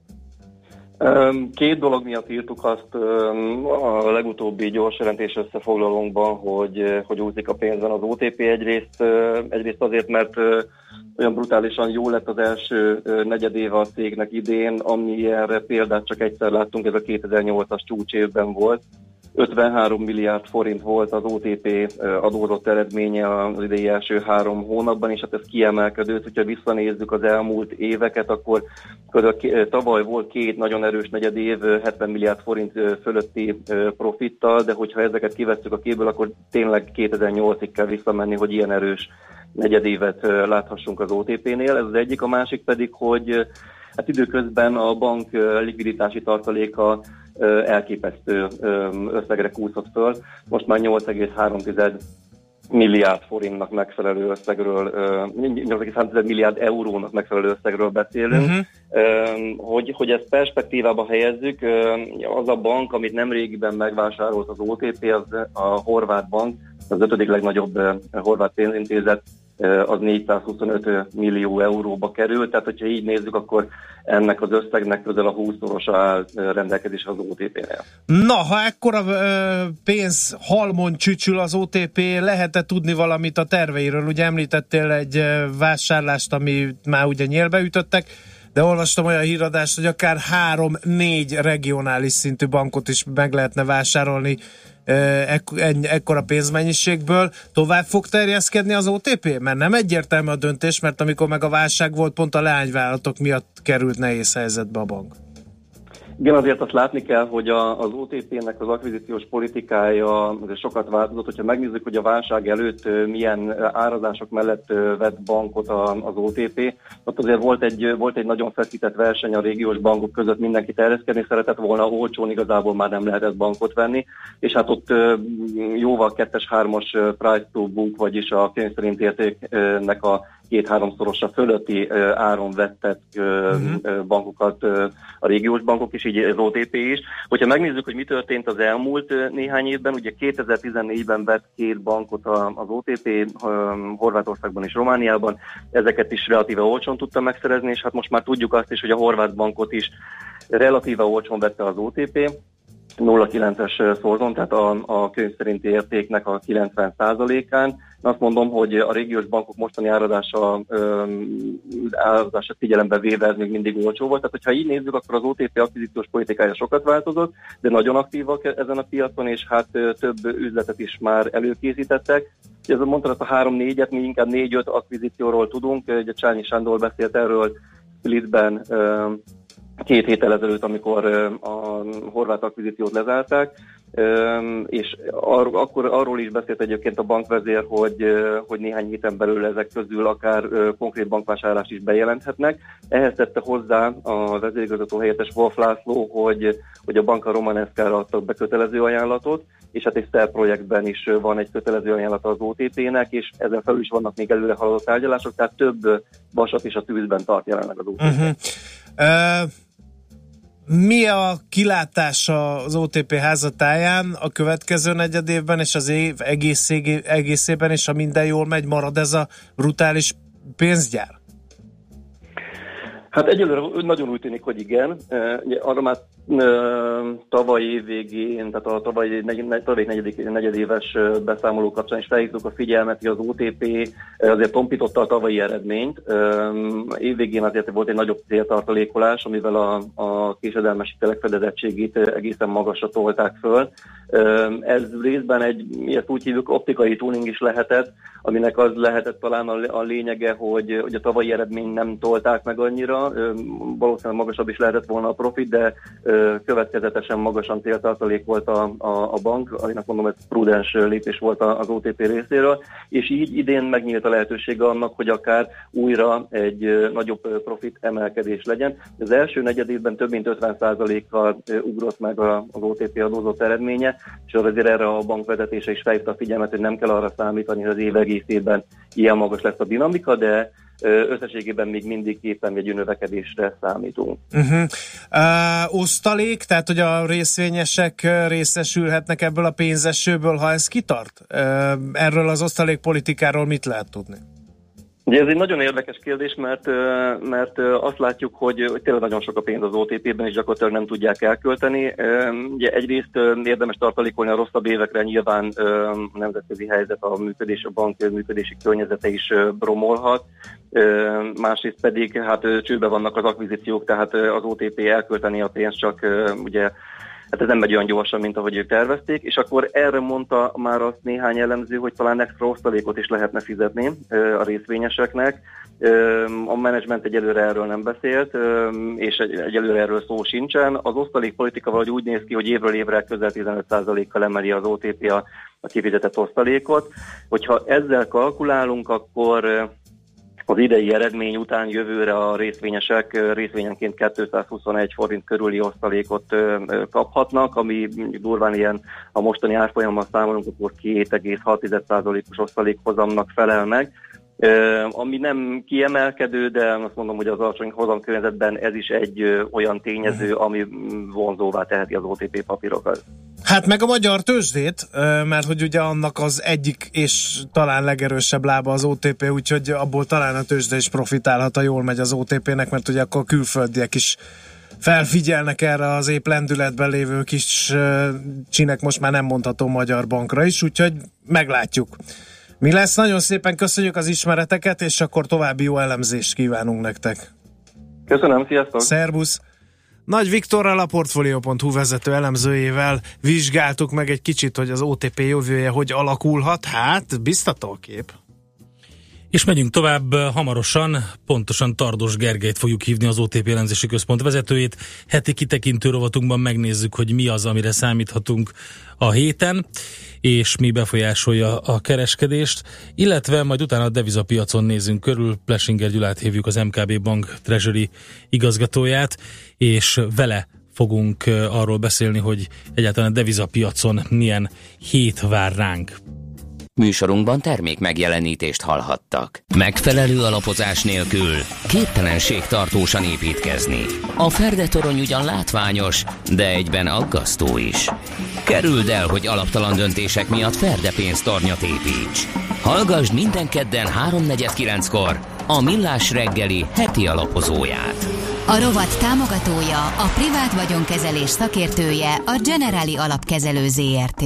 Két dolog miatt írtuk azt a legutóbbi gyors jelentés összefoglalónkban, hogy úszik a pénzben az OTP egyrészt azért, mert olyan brutálisan jó lett az első negyedéve a cégnek idén, ami erre példát csak egyszer láttunk, ez a 2008-as csúcsévben volt. 53 milliárd forint volt az OTP adózott eredménye az idei első 3 hónapban, és hát ez kiemelkedőt, hogyha visszanézzük az elmúlt éveket, akkor tavaly volt 2 nagyon erős negyedév, 70 milliárd forint fölötti profittal, de hogyha ezeket kivesszük a képből, akkor tényleg 2008-ig kell visszamenni, hogy ilyen erős negyedévet láthassunk az OTP-nél. Ez az egyik, a másik pedig, hogy hát időközben a bank likviditási tartaléka elképesztő összegre kúszott föl. Most már 8,3 milliárd forintnak megfelelő összegről, 8,3 milliárd eurónak megfelelő összegről beszélünk. Hogy ezt perspektívába helyezzük, az a bank, amit nemrégiben megvásárolt az OTP, az a Horváth Bank, az 5. legnagyobb horvát pénzintézet, az 425 millió euróba kerül, tehát hogyha így nézzük, akkor ennek az összegnek közel a 20-szorosa áll rendelkezésre az OTP-nél. Na, ha ekkora pénz halmon csücsül az OTP, lehet-e tudni valamit a terveiről? Ugye említettél egy vásárlást, amit már ugye nyélbe ütöttek, de olvastam olyan híradást, hogy akár 3-4 regionális szintű bankot is meg lehetne vásárolni ekkora pénzmennyiségből. Tovább fog terjeszkedni az OTP? Mert nem egyértelmű a döntés, mert amikor meg a válság volt, pont a leányvállalatok miatt került nehéz helyzetbe a bank. Igen, azért azt látni kell, hogy az OTP-nek az akvizíciós politikája sokat változott. Hogyha megnézzük, hogy a válság előtt milyen árazások mellett vett bankot az OTP, ott azért volt egy nagyon feszített verseny a régiós bankok között, mindenki terjeszkedni szeretett volna, olcsón igazából már nem lehetett bankot venni, és hát ott jóval 2-3-as price to book, vagyis a könyv szerint értéknek a 2-3-szorosa fölötti áron vettek bankokat a régiós bankok is, így az OTP is. Hogyha megnézzük, hogy mi történt az elmúlt néhány évben, ugye 2014-ben vett 2 bankot az OTP, Horvátországban és Romániában, ezeket is relatíve olcsón tudta megszerezni, és hát most már tudjuk azt is, hogy a horvát bankot is relatíve olcsón vette az OTP, 0,9-es szorzon, tehát a könyv szerinti értéknek a 90%-án. Azt mondom, hogy a régiós bankok mostani árazása figyelembe véve ez még mindig olcsó volt. Tehát, hogyha így nézzük, akkor az OTP akvizíciós politikája sokat változott, de nagyon aktívak ezen a piacon, és hát több üzletet is már előkészítettek. Ez a mondatot a 3-4-et, mi inkább 4-5 akvizícióról tudunk. Ugye Csányi Sándor beszélt erről Splitben 2 héttel ezelőtt, amikor a horvát akvizíciót lezárták, és akkor arról is beszélt egyébként a bankvezér, hogy néhány héten belül ezek közül akár konkrét bankvásárlást is bejelenthetnek. Ehhez tette hozzá a vezérigazgató helyettes Wolf László, hogy a Banca Romanesca-ra adtak be kötelező ajánlatot, és hát egy SZER projektben is van egy kötelező ajánlata az OTP-nek, és ezen felül is vannak még előre haladott tárgyalások, tehát több vasat is a tűzben tart jelenleg az OTP. Mi a kilátása az OTP házatáján a következő negyedévben és az év egészében, és ha minden jól megy, marad ez a brutális pénzgyár? Hát egyelőre nagyon úgy tűnik, hogy igen. Arra már tavaly év végén, tehát a tavalyi negyedéves beszámoló kapcsán is felhívtuk a figyelmet, hogy az OTP azért tompította a tavalyi eredményt. Év végén azért volt egy nagyobb céltartalékolás, amivel a késedelmes hitelek fedezettségét egészen magasra tolták föl. Ez részben ilyet úgy hívjuk, optikai tuning is lehetett, aminek az lehetett talán a lényege, hogy a tavalyi eredményt nem tolták meg annyira, valószínűleg magasabb is lehetett volna a profit, de következetesen magasan céltartalék volt a bank, aminek mondom, ez prudens lépés volt az OTP részéről, és így idén megnyílt a lehetősége annak, hogy akár újra egy nagyobb profit emelkedés legyen. Az első negyedévben több mint 50%-kal ugrott meg az OTP adózott eredménye, és azért erre a bank vezetése is felhívta a figyelmet, hogy nem kell arra számítani, hogy az év egészében ilyen magas lesz a dinamika, de összességében még mindig kétszámjegyű növekedésre számítunk. Osztalék, tehát hogy a részvényesek részesülhetnek ebből a pénzesőből, ha ez kitart? Erről az osztalékpolitikáról mit lehet tudni? Ugye ez egy nagyon érdekes kérdés, mert azt látjuk, hogy tényleg nagyon sok a pénz az OTP-ben, és gyakorlatilag nem tudják elkölteni. Ugye egyrészt érdemes tartalékolni a rosszabb évekre, nyilván a nemzetközi helyzet, a működés, a bank működési környezete is bromolhat. Másrészt pedig hát csőbe vannak az akvizíciók, tehát az OTP elkölteni a pénzt, csak ugye hát ez nem megy olyan gyorsan, mint ahogy ők tervezték, és akkor erre mondta már azt néhány elemző, hogy talán extra osztalékot is lehetne fizetni a részvényeseknek. A menedzsment egyelőre erről nem beszélt, és egyelőre erről szó sincsen. Az osztalékpolitika valahogy úgy néz ki, hogy évről évre közel 15%-kal emeli az OTP a kifizetett osztalékot. Hogyha ezzel kalkulálunk, akkor az idei eredmény után jövőre a részvényesek részvényenként 221 forint körüli osztalékot kaphatnak, ami durván ilyen, a mostani árfolyammal számolunk, akkor 2,6%-os osztalékhozamnak felel meg. Ami nem kiemelkedő, de azt mondom, hogy az alacsony hozamkörnyezetben ez is egy olyan tényező, ami vonzóvá teheti az OTP papírokat. Hát meg a magyar tőzsdét, mert hogy ugye annak az egyik és talán legerősebb lába az OTP, úgyhogy abból talán a tőzsde is profitálhat, ha jól megy az OTP-nek, mert ugye akkor a külföldiek is felfigyelnek erre az épp lendületben lévő kis csinek, most már nem mondható magyar bankra is, úgyhogy meglátjuk. Mi lesz? Nagyon szépen köszönjük az ismereteket, és akkor további jó elemzést kívánunk nektek. Köszönöm, sziasztok! Szerbusz! Nagy Viktorral, a Portfolio.hu vezető elemzőjével vizsgáltuk meg egy kicsit, hogy az OTP jövője hogy alakulhat. Hát, biztató a kép. És megyünk tovább hamarosan, pontosan Tardos Gergelyt fogjuk hívni, az OTP elemzési központ vezetőjét. Heti kitekintő rovatunkban megnézzük, hogy mi az, amire számíthatunk a héten, és mi befolyásolja a kereskedést, illetve majd utána a devizapiacon nézzünk körül. Plesinger Gyulát hívjuk, az MKB Bank Treasury igazgatóját, és vele fogunk arról beszélni, hogy egyáltalán a devizapiacon milyen hét vár ránk. Műsorunkban termék megjelenítést hallhattak. Megfelelő alapozás nélkül képtelenség tartósan építkezni. A Ferdetorony ugyan látványos, de egyben aggasztó is. Kerüld el, hogy alaptalan döntések miatt Ferde-pénztornyot építs. Hallgass minden kedden 3:49-kor a Millás reggeli heti alapozóját. A rovat támogatója, a privát vagyonkezelés szakértője, a Generali Alapkezelő ZRT.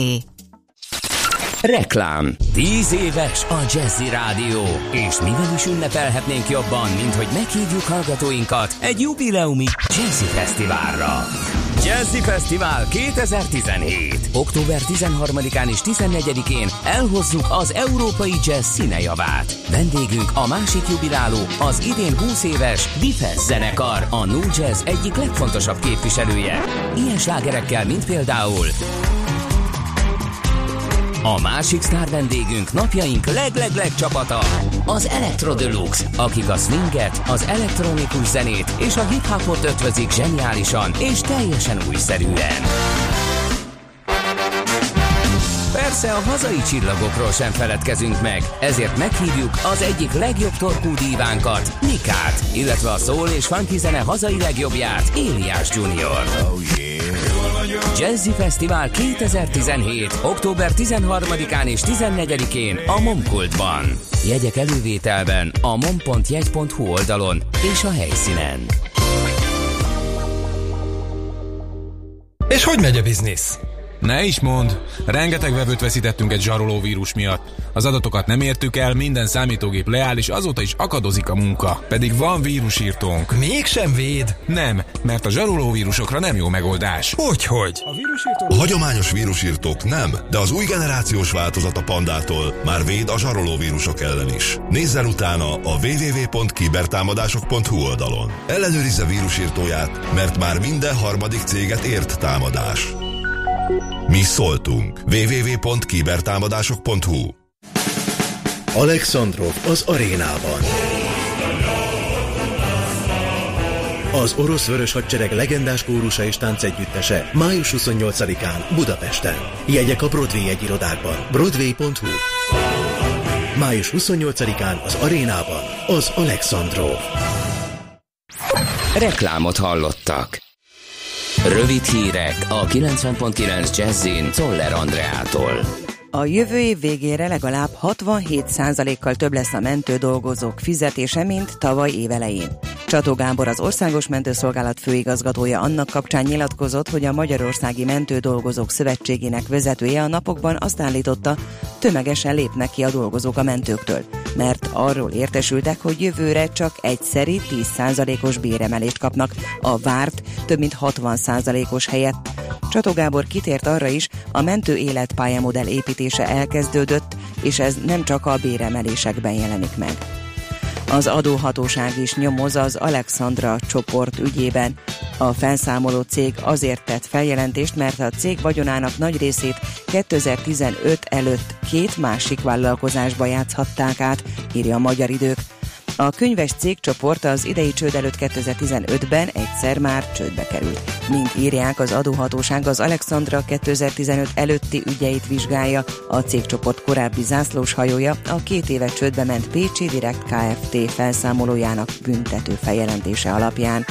Reklám. 10 éves a Jazzy Rádió, és mivel is ünnepelhetnénk jobban, mint hogy meghívjuk hallgatóinkat egy jubileumi Jazzy Fesztiválra. Jazzy Fesztivál 2017. Október 13-án és 14-én elhozzuk az európai jazz színejavát. Vendégünk a másik jubiláló, az idén 20 éves Diffes zenekar, a Nu Jazz egyik legfontosabb képviselője. Ilyen slágerekkel, mint például a másik sztár vendégünk, napjaink leg csapata, az Electro Deluxe, akik a swinget, az elektronikus zenét és a hip-hopot ötvözik zseniálisan és teljesen újszerűen. Persze a hazai csillagokról sem feledkezünk meg, ezért meghívjuk az egyik legjobb torkú dívánkat, Nikát, illetve a soul és funky zene hazai legjobbját, Éliás Junior. Oh yeah. Jazzy Fesztivál 2017. október 13-án és 14-én a Momkultban. Jegyek elővételben a mom.jegy.hu oldalon és a helyszínen. És hogy megy a biznisz? Ne is mondd, rengeteg vevőt veszítettünk egy zsaroló vírus miatt. Az adatokat nem értük el, minden számítógép leáll, és azóta is akadozik a munka. Pedig van vírusírtónk. Mégsem véd? Nem, mert a zsaroló vírusokra nem jó megoldás. Hogyhogy? A hagyományos vírusírtók nem, de az új generációs változat a Pandától már véd a zsaroló vírusok ellen is. Nézz el utána a www.kibertámadások.hu oldalon. Ellenőrizze vírusírtóját, mert már minden harmadik céget ért támadás. Mi szóltunk. www.kibertámadások.hu. Alexandrov az arénában. Az orosz vörös hadsereg legendás kórusa és táncegyüttese május 28-án Budapesten. Jegyek a Broadway jegyirodákban. Broadway.hu. Május 28-án az arénában az Alexandrov. Reklámot hallottak. Rövid hírek a 90.9 Jazzin Czoller Andreától. A jövő év végére legalább 67%-kal több lesz a mentődolgozók fizetése, mint tavaly évelején. Csató Gábor, az Országos Mentőszolgálat főigazgatója annak kapcsán nyilatkozott, hogy a Magyarországi Mentődolgozók Szövetségének vezetője a napokban azt állította, tömegesen lépnek ki a dolgozók a mentőktől, mert arról értesültek, hogy jövőre csak egyszeri 10%-os béremelést kapnak a várt több mint 60%-os helyett. Csató Gábor kitért arra is, a mentő életpályamodell építése elkezdődött, és ez nem csak a béremelésekben jelenik meg. Az adóhatóság is nyomoz az Alexandra csoport ügyében. A felszámoló cég azért tett feljelentést, mert a cég vagyonának nagy részét 2015 előtt két másik vállalkozásba játszhatták át, írja a Magyar Idők. A könyves cégcsoport az idei csőd előtt 2015-ben egyszer már csődbe került. Mint írják, az adóhatóság az Alexandra 2015 előtti ügyeit vizsgálja. A cégcsoport korábbi zászlós hajója a 2 éve csődbe ment Pécsi Direkt Kft. Felszámolójának büntető feljelentése alapján.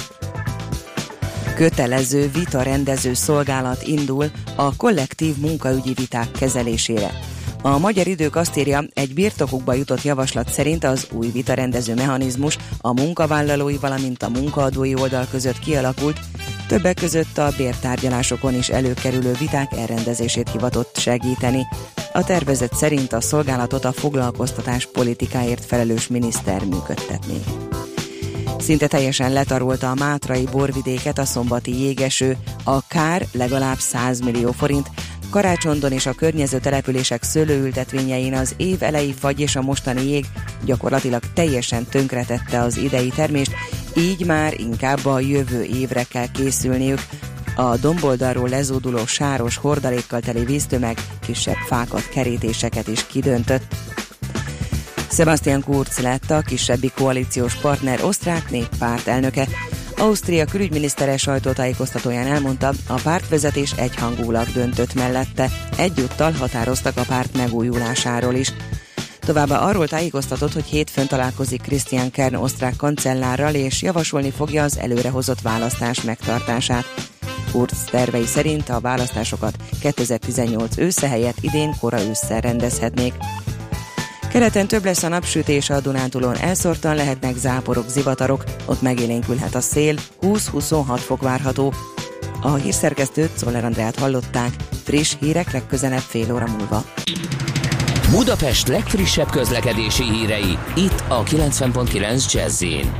Kötelező vitarendező szolgálat indul a kollektív munkaügyi viták kezelésére. A Magyar Idők azt írja, egy birtokukba jutott javaslat szerint az új vitarendező mechanizmus a munkavállalói, valamint a munkaadói oldal között kialakult, többek között a bértárgyalásokon is előkerülő viták elrendezését hivatott segíteni. A tervezet szerint a szolgálatot a foglalkoztatás politikáért felelős miniszter működtetné. Szinte teljesen letarolta a mátrai borvidéket a szombati jégeső, a kár legalább 100 millió forint, Karácsondon és a környező települések szőlőültetvényein az év eleji fagy és a mostani jég gyakorlatilag teljesen tönkretette az idei termést, így már inkább a jövő évre kell készülniük. A domboldalról lezúduló sáros hordalékkal teli víztömeg kisebb fákat, kerítéseket is kidöntött. Sebastian Kurz lett a kisebbi koalíciós partner osztrák néppárt elnöke. Ausztria külügyminisztere sajtótájékoztatóján elmondta, a pártvezetés egyhangulag döntött mellette, egyúttal határoztak a párt megújulásáról is. Továbbá arról tájékoztatott, hogy hétfőn találkozik Christian Kern osztrák kancellárral, és javasolni fogja az előrehozott választás megtartását. Kurz tervei szerint a választásokat 2018 ősze helyett idén kora ősszel rendezhetnék. Keleten több lesz a napsütés, a Dunántúlon elszórtan lehetnek záporok, zivatarok, ott megélénkülhet a szél, 20-26 fok várható. A hírszerkesztőt, Czoller Andreát hallották, friss hírek legközelebb fél óra múlva. Budapest legfrissebb közlekedési hírei, itt a 90.9 Jazz-in.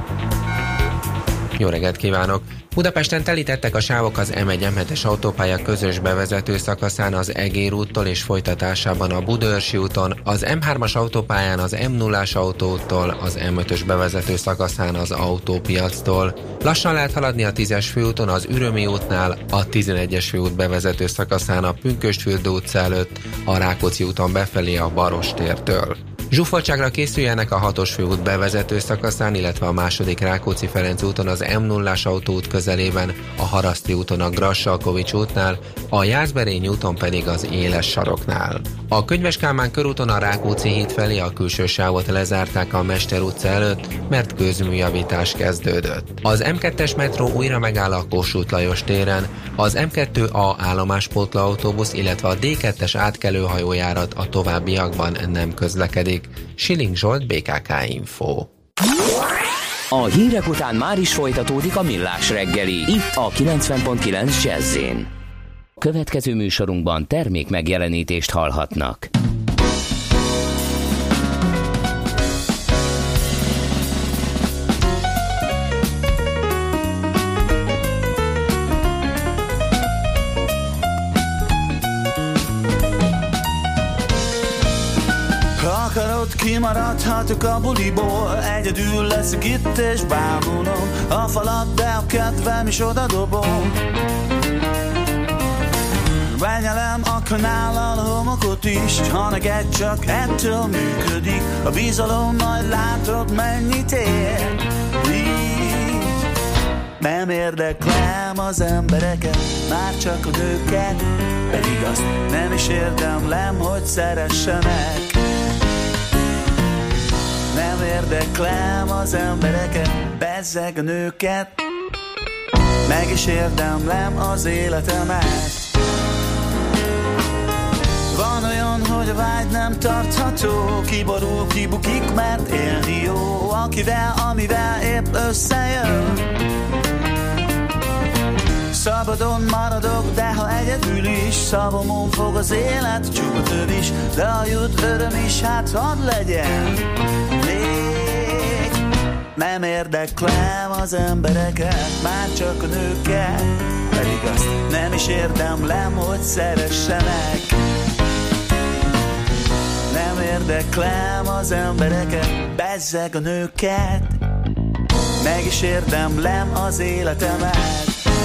Jó reggelt kívánok! Budapesten telítettek a sávok az M1-M7-es autópálya közös bevezető szakaszán az Egér úttól és folytatásában a Budaörsi úton, az M3-as autópályán az M0-as autóúttól, az M5-ös bevezető szakaszán az autópiactól. Lassan lehet haladni a 10-es főúton az Ürömi útnál, a 11-es főút bevezető szakaszán a Pünkösdfürdő utca előtt, a Rákóczi úton befelé a Barostértől. Zsúfoltságra készüljenek a 6-os főút bevezető szakaszán, illetve a második Rákóczi-Ferenc úton az M0-as autóút közelében, a Haraszti úton a Grassalkovics útnál, a Jászberény úton pedig az Éles saroknál. A Könyves Kálmán körúton a Rákóczi híd felé a külső sávot lezárták a Mester utca előtt, mert közműjavítás kezdődött. Az M2-es metró újra megáll a Kossuth Lajos téren, az M2A állomáspótló autóbusz, illetve a D2-es átkelőhajójárat a továbbiakban nem közlekedik. Schilling Zsolt, BKK Info. A hírek után már is folytatódik a Millás reggeli, itt a 90.9 Jazz-in. Következő műsorunkban termék megjelenítést hallhatnak. Akarod, kimaradhatok a buliból, egyedül leszek itt és bámulom a falat, de a kedvem is odadobom. Benyelem a kanállal a homokot is, ha neked csak ettől működik a bizalom, majd látod mennyit ér. Így nem érdeklem az embereket, már csak a nőket, pedig azt nem is érdemlem, hogy szeressenek. Nem érdeklem az embereket, bezzeg a nőket, meg is érdemlem az életemet. Van olyan, hogy a vágy nem tartható, kiborul, kibukik, mert élni jó, akivel, amivel épp összejön. Szabadon maradok, de ha egyedül is, szavamon fog az élet, csupa több is, de ha jut öröm is, hát hadd legyen még. Nem érdeklem az embereket, már csak a nőket, pedig azt nem is érdemlem, hogy szeressenek. Nem érdeklem az embereket, bezzeg a nőket, meg is érdemlem az életemet.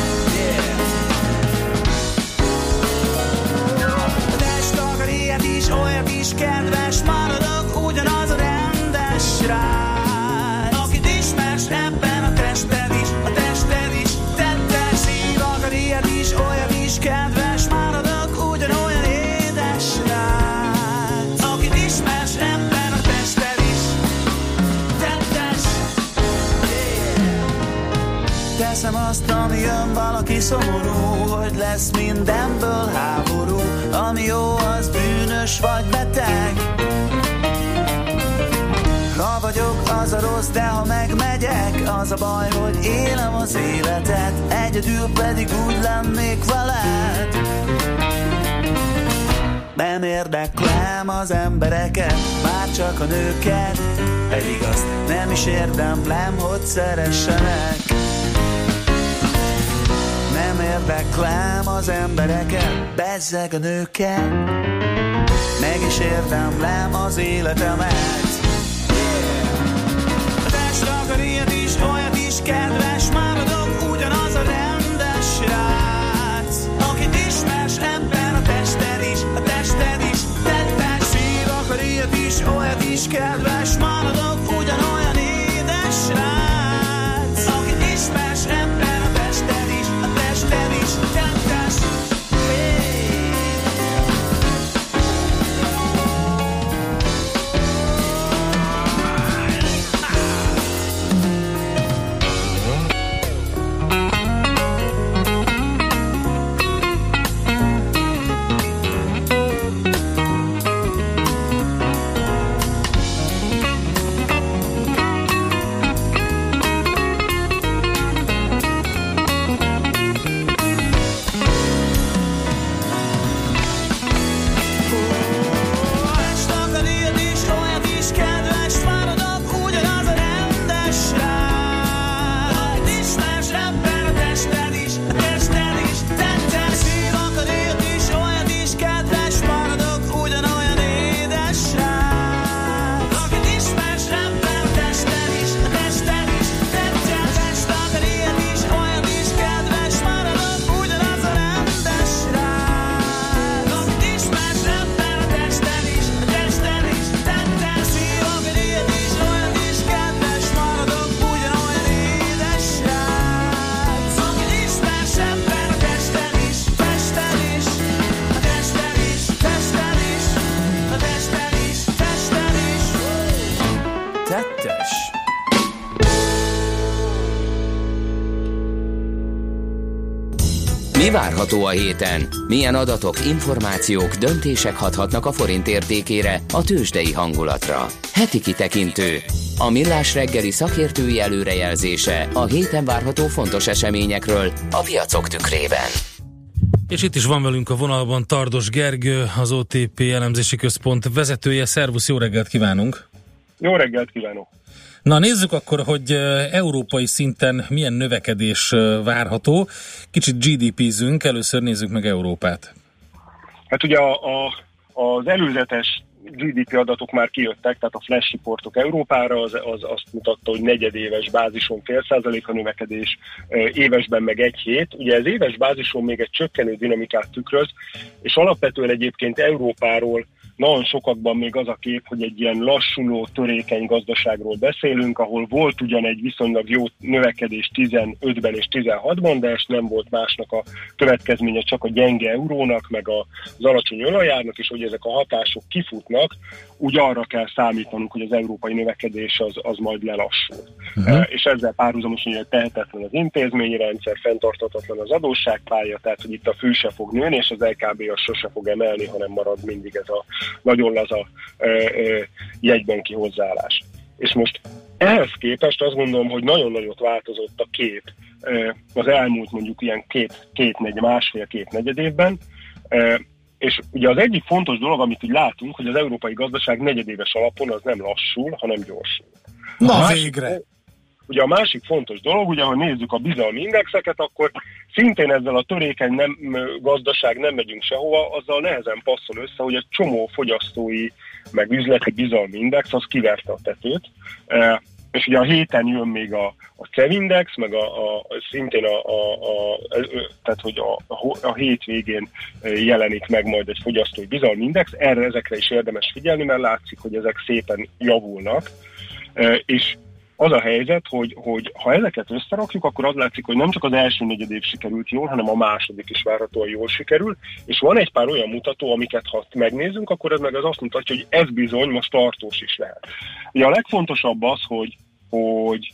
A test akar ilyet is, olyat is, kedves, maradok ugyanaz a rendes srác, akit ismersz ebben a tested is, a tested is, tetted szív akar ilyet is, olyat is, kedves, maradok ugyanolyan édes srác, akit ismersz ebben a tested is, tettes. Teszem azt, ami jön, valaki szomorú, hogy lesz mindenből háború, ami jó, az bűnös vagy beteg. Ha vagyok, az a rossz, de ha megmegyek, az a baj, hogy élem az életet, egyedül pedig úgy lennék veled. Nem érdeklem az embereket, már csak a nőket, pedig azt nem is érdemlem, hogy szeressenek. Nem érdeklem az embereket, bezzeg a nőket, meg is érdemlem az életemet. A test akar ilyet is, olyat is, kedves, maradok ugyanaz a rendes srác, akit ismersz ebben a tested is, a tested is, tettes szív akar ilyet is, olyat is, kedves, maradok ugyanolyan édes srác, akit ismersz ebben a tested is, a tested is, tettes. Mi várható a héten? Milyen adatok, információk, döntések hathatnak a forint értékére, a tőzsdei hangulatra? Heti kitekintő. A Millás reggeli szakértői előrejelzése a héten várható fontos eseményekről a piacok tükrében. És itt is van velünk a vonalban Tardos Gergő, az OTP elemzési központ vezetője. Szervusz, jó reggelt kívánunk! Jó reggelt kívánok! Na nézzük akkor, hogy európai szinten milyen növekedés várható. Kicsit GDP-zünk, először nézzük meg Európát. Hát ugye az előzetes GDP adatok már kijöttek, tehát a flash reportok Európára, az azt mutatta, hogy negyedéves bázison 0,5% a növekedés, évesben meg 1,7. Ugye ez éves bázison még egy csökkenő dinamikát tükröz, és alapvetően egyébként Európáról nagyon sokakban még az a kép, hogy egy ilyen lassuló, törékeny gazdaságról beszélünk, ahol volt ugyan egy viszonylag jó növekedés 15-ben és 16-ban, de ez nem volt másnak a következménye, csak a gyenge eurónak, meg az alacsony olajárnak, és hogy ezek a hatások kifutnak, úgy arra kell számítanunk, hogy az európai növekedés az majd lelassul. És ezzel párhuzamosan, hogy tehetetlen az intézményrendszer, fenntarthatatlan az adósságpálya, tehát hogy itt a fű se fog nőni, és az LKB az sose fog emelni, hanem marad mindig ez a nagyon laza jegybanki hozzáállás. És most ehhez képest azt gondolom, hogy nagyon nagyot változott a kép az elmúlt mondjuk ilyen másfél-két negyed évben, és ugye az egyik fontos dolog, amit úgy látunk, hogy az európai gazdaság negyedéves alapon az nem lassul, hanem gyorsul. Na végre! Ugye a másik fontos dolog, ugye, ha nézzük a bizalmi indexeket, akkor szintén ezzel a törékeny gazdaság nem megyünk sehova, azzal nehezen passzol össze, hogy egy csomó fogyasztói, meg üzleti bizalmi index, az kiverte a tetőt. És ugye a héten jön még a CEV-index, meg szintén tehát hogy a hétvégén jelenik meg majd egy fogyasztói bizalmi index. Ezekre is érdemes figyelni, mert látszik, hogy ezek szépen javulnak. És az a helyzet, hogy ha ezeket összerakjuk, akkor az látszik, hogy nem csak az első negyed év sikerült jól, hanem a második is várhatóan jól sikerül, és van egy pár olyan mutató, amiket ha megnézzünk, akkor ez meg az azt mutatja, hogy ez bizony most tartós is lehet. Ugye a legfontosabb az, hogy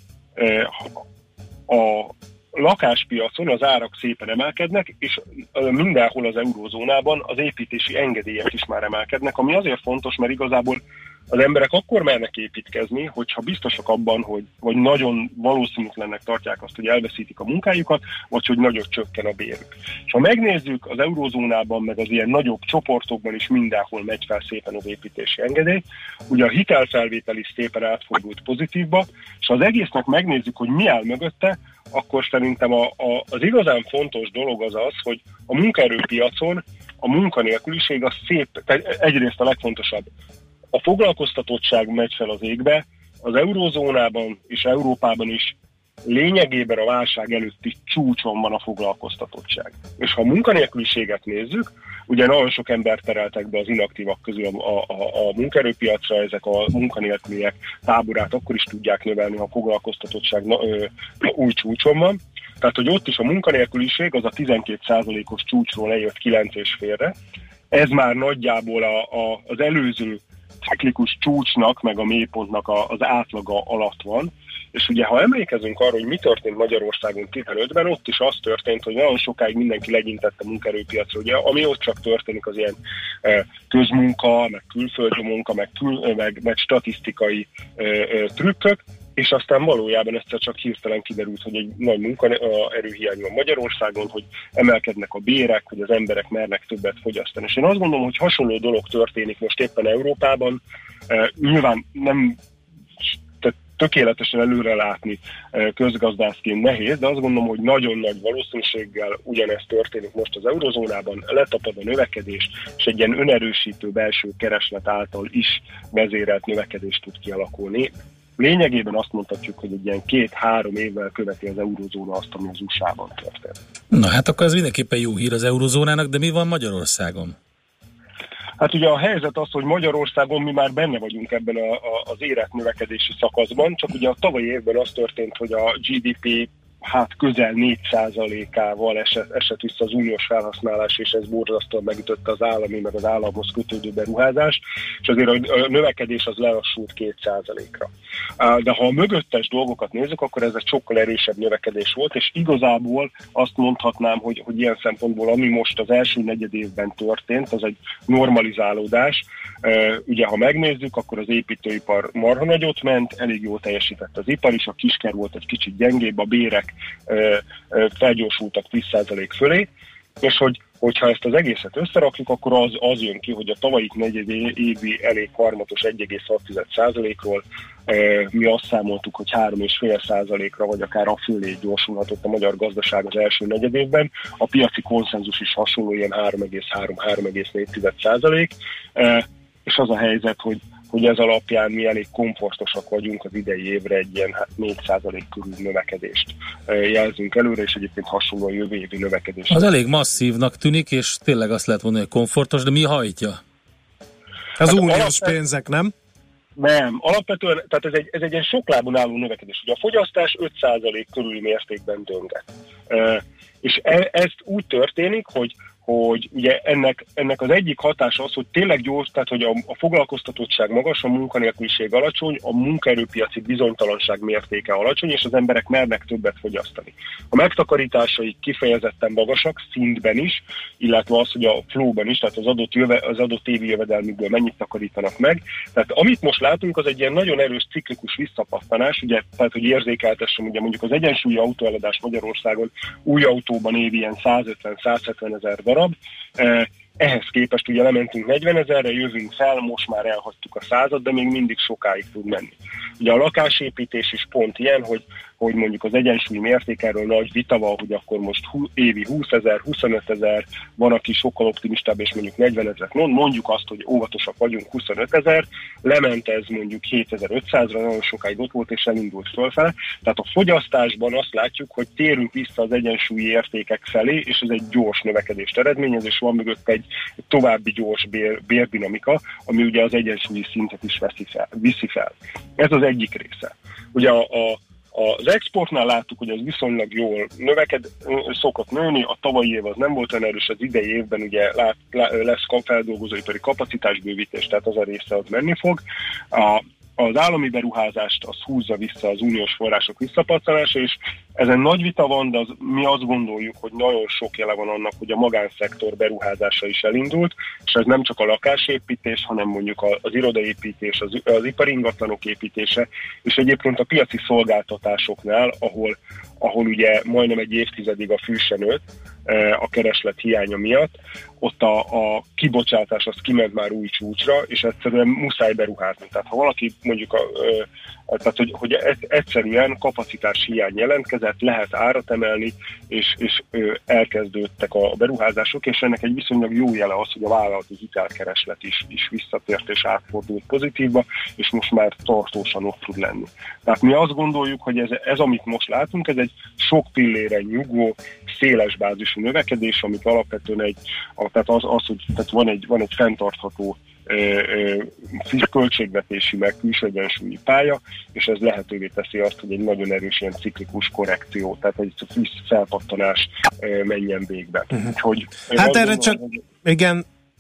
a lakáspiacon az árak szépen emelkednek, és mindenhol az eurózónában az építési engedélyek is már emelkednek, ami azért fontos, mert igazából az emberek akkor mernek építkezni, hogyha biztosak abban, hogy nagyon valószínűtlennek tartják azt, hogy elveszítik a munkájukat, vagy hogy nagyot csökken a bérük. És ha megnézzük, az eurózónában, meg az ilyen nagyobb csoportokban is mindenhol megy fel szépen az építési engedély. Ugye a hitelfelvétel is szépen átfordult pozitívba, és ha az egésznek megnézzük, hogy mi áll mögötte, akkor szerintem az igazán fontos dolog az, hogy a munkaerőpiacon a munkanélküliség az szép, egyrészt a legfontosabb. A foglalkoztatottság megy fel az égbe, az eurózónában és Európában is lényegében a válság előtti csúcson van a foglalkoztatottság. És ha a munkanélküliséget nézzük, ugye nagyon sok embert tereltek be az inaktívak közül a munkaerőpiacra, ezek a munkanélküliek táborát akkor is tudják növelni, ha a foglalkoztatottság új csúcson van. Tehát, hogy ott is a munkanélküliség az a 12%-os csúcsról lejött 9,5-re. Ez már nagyjából az előző ciklikus csúcsnak, meg a mélypontnak az átlaga alatt van. És ugye, ha emlékezünk arra, hogy mi történt Magyarországon 15-ben, ott is az történt, hogy nagyon sokáig mindenki legyintett a munkaerőpiacra. Ugye, ami ott csak történik, az ilyen közmunka, meg külföldi munka, meg statisztikai trükkök, és aztán valójában egyszer csak hirtelen kiderült, hogy egy nagy munkaerőhiány van Magyarországon, hogy emelkednek a bérek, hogy az emberek mernek többet fogyasztani. És én azt gondolom, hogy hasonló dolog történik most éppen Európában. Nyilván nem tökéletesen előre látni közgazdászként nehéz, de azt gondolom, hogy nagyon nagy valószínűséggel ugyanezt történik most az eurozónában, letapad a növekedés, és egy ilyen önerősítő belső kereslet által is vezérelt növekedés tud kialakulni. Lényegében azt mondhatjuk, hogy egy ilyen 2-3 évvel követi az eurozóna azt, ami az USA-ban történt. Na hát akkor ez mindenképpen jó hír az eurozónának, de mi van Magyarországon? Hát ugye a helyzet az, hogy Magyarországon mi már benne vagyunk ebben az érett növekedési szakaszban, csak ugye a tavalyi évben az történt, hogy a GDP közel 4%-ával esett vissza az uniós felhasználás, és ez borzasztóan megütötte az állami, meg az államhoz kötődő beruházást, és azért a növekedés az lelassult 2%-ra. De ha a mögöttes dolgokat nézzük, akkor ez egy sokkal erősebb növekedés volt, és igazából azt mondhatnám, hogy ilyen szempontból, ami most az első negyed évben történt, az egy normalizálódás. Ugye, ha megnézzük, akkor az építőipar marha nagyot ment, elég jól teljesített az ipar is, a kisker volt egy kicsit gyengébb, a bérek felgyorsultak 10% fölé, és hogyha ezt az egészet összerakjuk, akkor az jön ki, hogy a tavalyi negyed évi elég karmatos 1,6%-ról mi azt számoltuk, hogy 3,5%-ra, vagy akár a fölé gyorsulhatott a magyar gazdaság az első negyedévben. A piaci konszenzus is hasonló, ilyen 3,3-3,4%. És az a helyzet, hogy ez alapján mi elég komfortosak vagyunk az idei évre, egy ilyen 4% körül növekedést jelzünk előre, és egyébként hasonló a jövő évi növekedés. Az elég masszívnak tűnik, és tényleg azt lehet mondani, hogy komfortos, de mi hajtja? Az uniós pénzek, nem? Nem, alapvetően, tehát ez egy ilyen soklábon álló növekedés. Ugye a fogyasztás 5% körüli mértékben dönget. És ez úgy történik, hogy ugye ennek az egyik hatása az, hogy tényleg gyors, tehát hogy a foglalkoztatottság magas, a munkanélküliség alacsony, a munkaerőpiaci bizonytalanság mértéke alacsony, és az emberek mernek többet fogyasztani. A megtakarításaik kifejezetten magasak, szintben is, illetve az, hogy a flowban is, tehát az adott évi jövedelmükből mennyit takarítanak meg. Tehát amit most látunk, az egy ilyen nagyon erős ciklikus visszapattanás, ugye, tehát hogy érzékeltessem, ugye mondjuk az egyensúlyi autóeladás Magyarországon új autóban évi ilyen 150-170 ezer darab. Ehhez képest ugye lementünk 40 000-re, jövünk fel, most már elhagytuk a 100-at, de még mindig sokáig tud menni. Ugye a lakásépítés is pont ilyen, hogy mondjuk az egyensúlyi mértékáról nagy vita van, hogy akkor most évi 20 000, 25 000, van, aki sokkal optimistább, és mondjuk 40 000, mondjuk azt, hogy óvatosak vagyunk, 25 000, lement ez mondjuk 7500-ra, nagyon sokáig ott volt, és elindult fölfele. Tehát a fogyasztásban azt látjuk, hogy térünk vissza az egyensúlyi értékek felé, és ez egy gyors növekedést eredményez, és van mögött egy további gyors bérdinamika, ami ugye az egyensúlyi szintet is viszi fel. Ez az egyik része. Ugye az exportnál láttuk, hogy ez viszonylag jól szokott nőni, a tavalyi év az nem volt olyan erős, az idei évben ugye lesz feldolgozóipari kapacitásbővítés, tehát az a része az menni fog. Az állami beruházást az húzza vissza az uniós források visszapattanása, és ezen nagy vita van, de mi azt gondoljuk, hogy nagyon sok jele van annak, hogy a magánszektor beruházása is elindult, és ez nem csak a lakásépítés, hanem mondjuk az irodaépítés, az ipari ingatlanok építése, és egyébként a piaci szolgáltatásoknál, ahol ugye majdnem egy évtizedig a fű se nőtt, a kereslet hiánya miatt, ott a kibocsátás az kiment már új csúcsra, és egyszerűen muszáj beruházni. Tehát ha valaki mondjuk, tehát hogy egyszerűen kapacitás hiány jelentkezett, lehet árat emelni, és elkezdődtek a beruházások, és ennek egy viszonylag jó jele az, hogy a vállalati hitelkereslet is visszatért és átfordult pozitívba, és most már tartósan ott tud lenni. Tehát mi azt gondoljuk, hogy ez amit most látunk, ez egy sok pilléren nyugvó, széles bázisú növekedés, amit alapvetően tehát van egy fenntartható költségvetési meg külső egyensúlyi pálya, és ez lehetővé teszi azt, hogy egy nagyon erős ilyen ciklikus korrekció, tehát egy felpattanás menjen végbe. Úgyhogy hát erre csak, igen.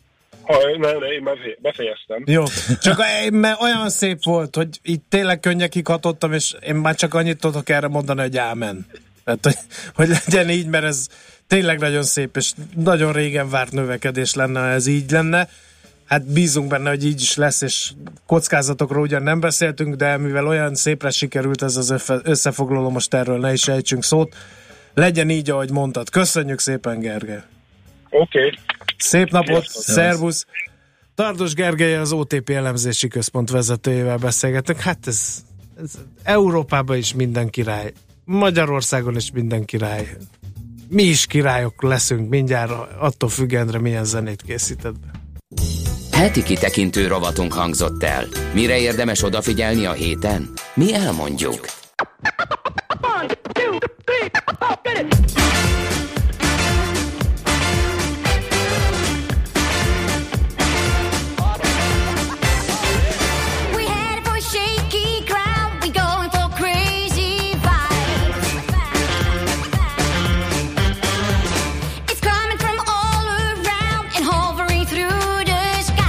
Én már befejeztem. Jó, csak mert olyan szép volt, hogy itt tényleg könnyekig hatottam, és én már csak annyit tudok erre mondani, hogy ámen. Tehát, hogy legyen így, mert ez tényleg nagyon szép, és nagyon régen várt növekedés lenne, ha ez így lenne. Hát bízunk benne, hogy így is lesz, és kockázatokról ugyan nem beszéltünk, de mivel olyan szépre sikerült ez az összefoglaló, most erről ne is ejtsünk szót. Legyen így, ahogy mondtad. Köszönjük szépen, Gergely! Oké. Szép napot, szervusz! Tardos Gergely, az OTP elemzési központ vezetőjével beszélgetünk. Hát ez Európában is minden király, Magyarországon is minden király. Mi is királyok leszünk mindjárt, attól függendre milyen zenét készíted be. Heti kitekintő rovatunk hangzott el. Mire érdemes odafigyelni a héten? Mi elmondjuk. One, two, three, get it!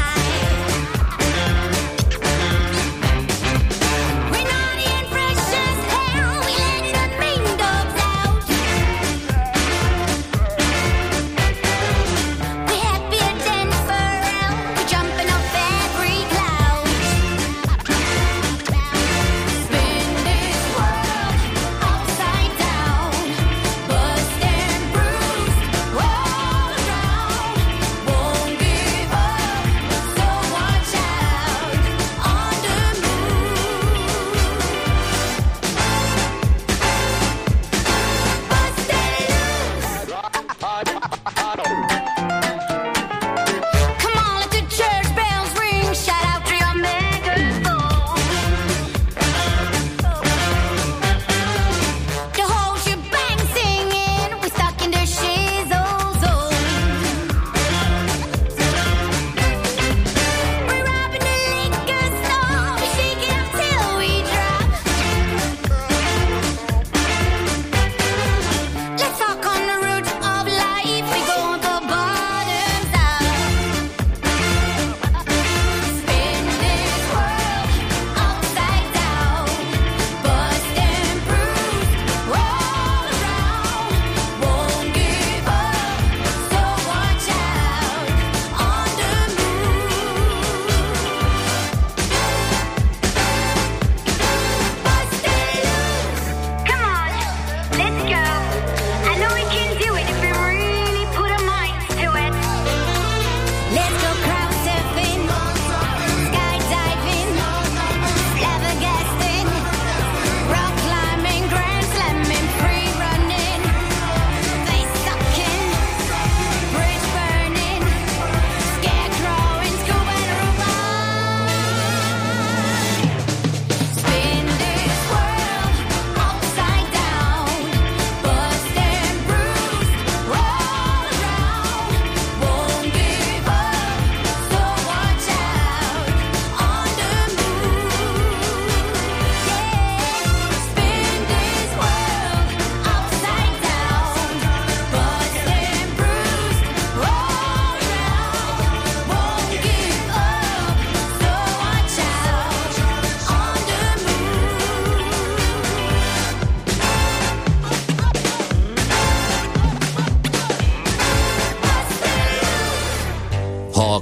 Precious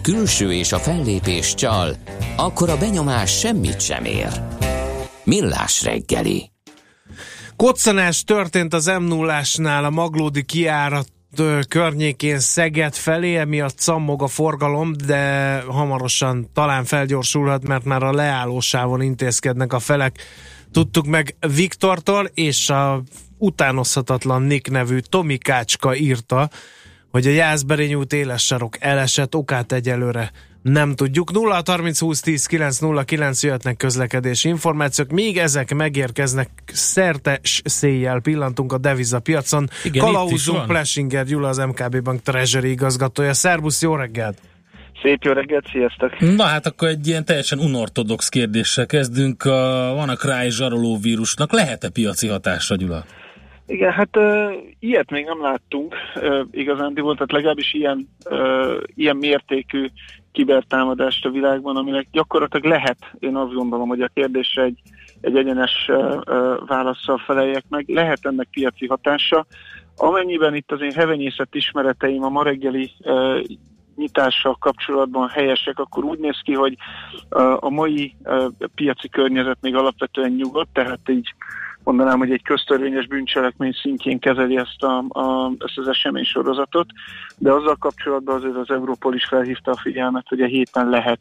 külső és a fellépés csal, akkor a benyomás semmit sem ér. Millás reggeli. Koccanás történt az M0-ásnál a Maglódi kijárat környékén Szeged felé, emiatt cammog a forgalom, de hamarosan talán felgyorsulhat, mert már a leállósávon intézkednek a felek. Tudtuk meg Viktortól, és a utánozhatatlan Nick nevű Tomikácska írta, hogy a Jászberény út éles sarok elesett, okát egyelőre nem tudjuk. 0-30 20 10 909 jöhetnek közlekedési információk, még ezek megérkeznek szerte széjjel, pillantunk a devizapiacon. Kalauzunk Plesinger Gyula, az MKB Bank Treasury igazgatója. Szerbusz, jó reggelt! Szép jó reggelt, sziasztok! Na hát akkor egy ilyen teljesen unortodox kérdéssel kezdünk. Van a WannaCry zsaroló vírusnak lehet-e piaci hatásra, Gyula? Igen, hát ilyet még nem láttunk igazándiból, tehát legalábbis ilyen mértékű kibertámadást a világban, aminek gyakorlatilag lehet, én azt gondolom, hogy a kérdésre egy egyenes válasszal feleljek meg, lehet ennek piaci hatása. Amennyiben itt az én hevenyészet ismereteim a ma reggeli nyitással kapcsolatban helyesek, akkor úgy néz ki, hogy a mai piaci környezet még alapvetően nyugodt, tehát így mondanám, hogy egy köztörvényes bűncselekmény szintjén kezeli ezt az eseménysorozatot, de azzal kapcsolatban azért az Europol is felhívta a figyelmet, hogy a héten lehet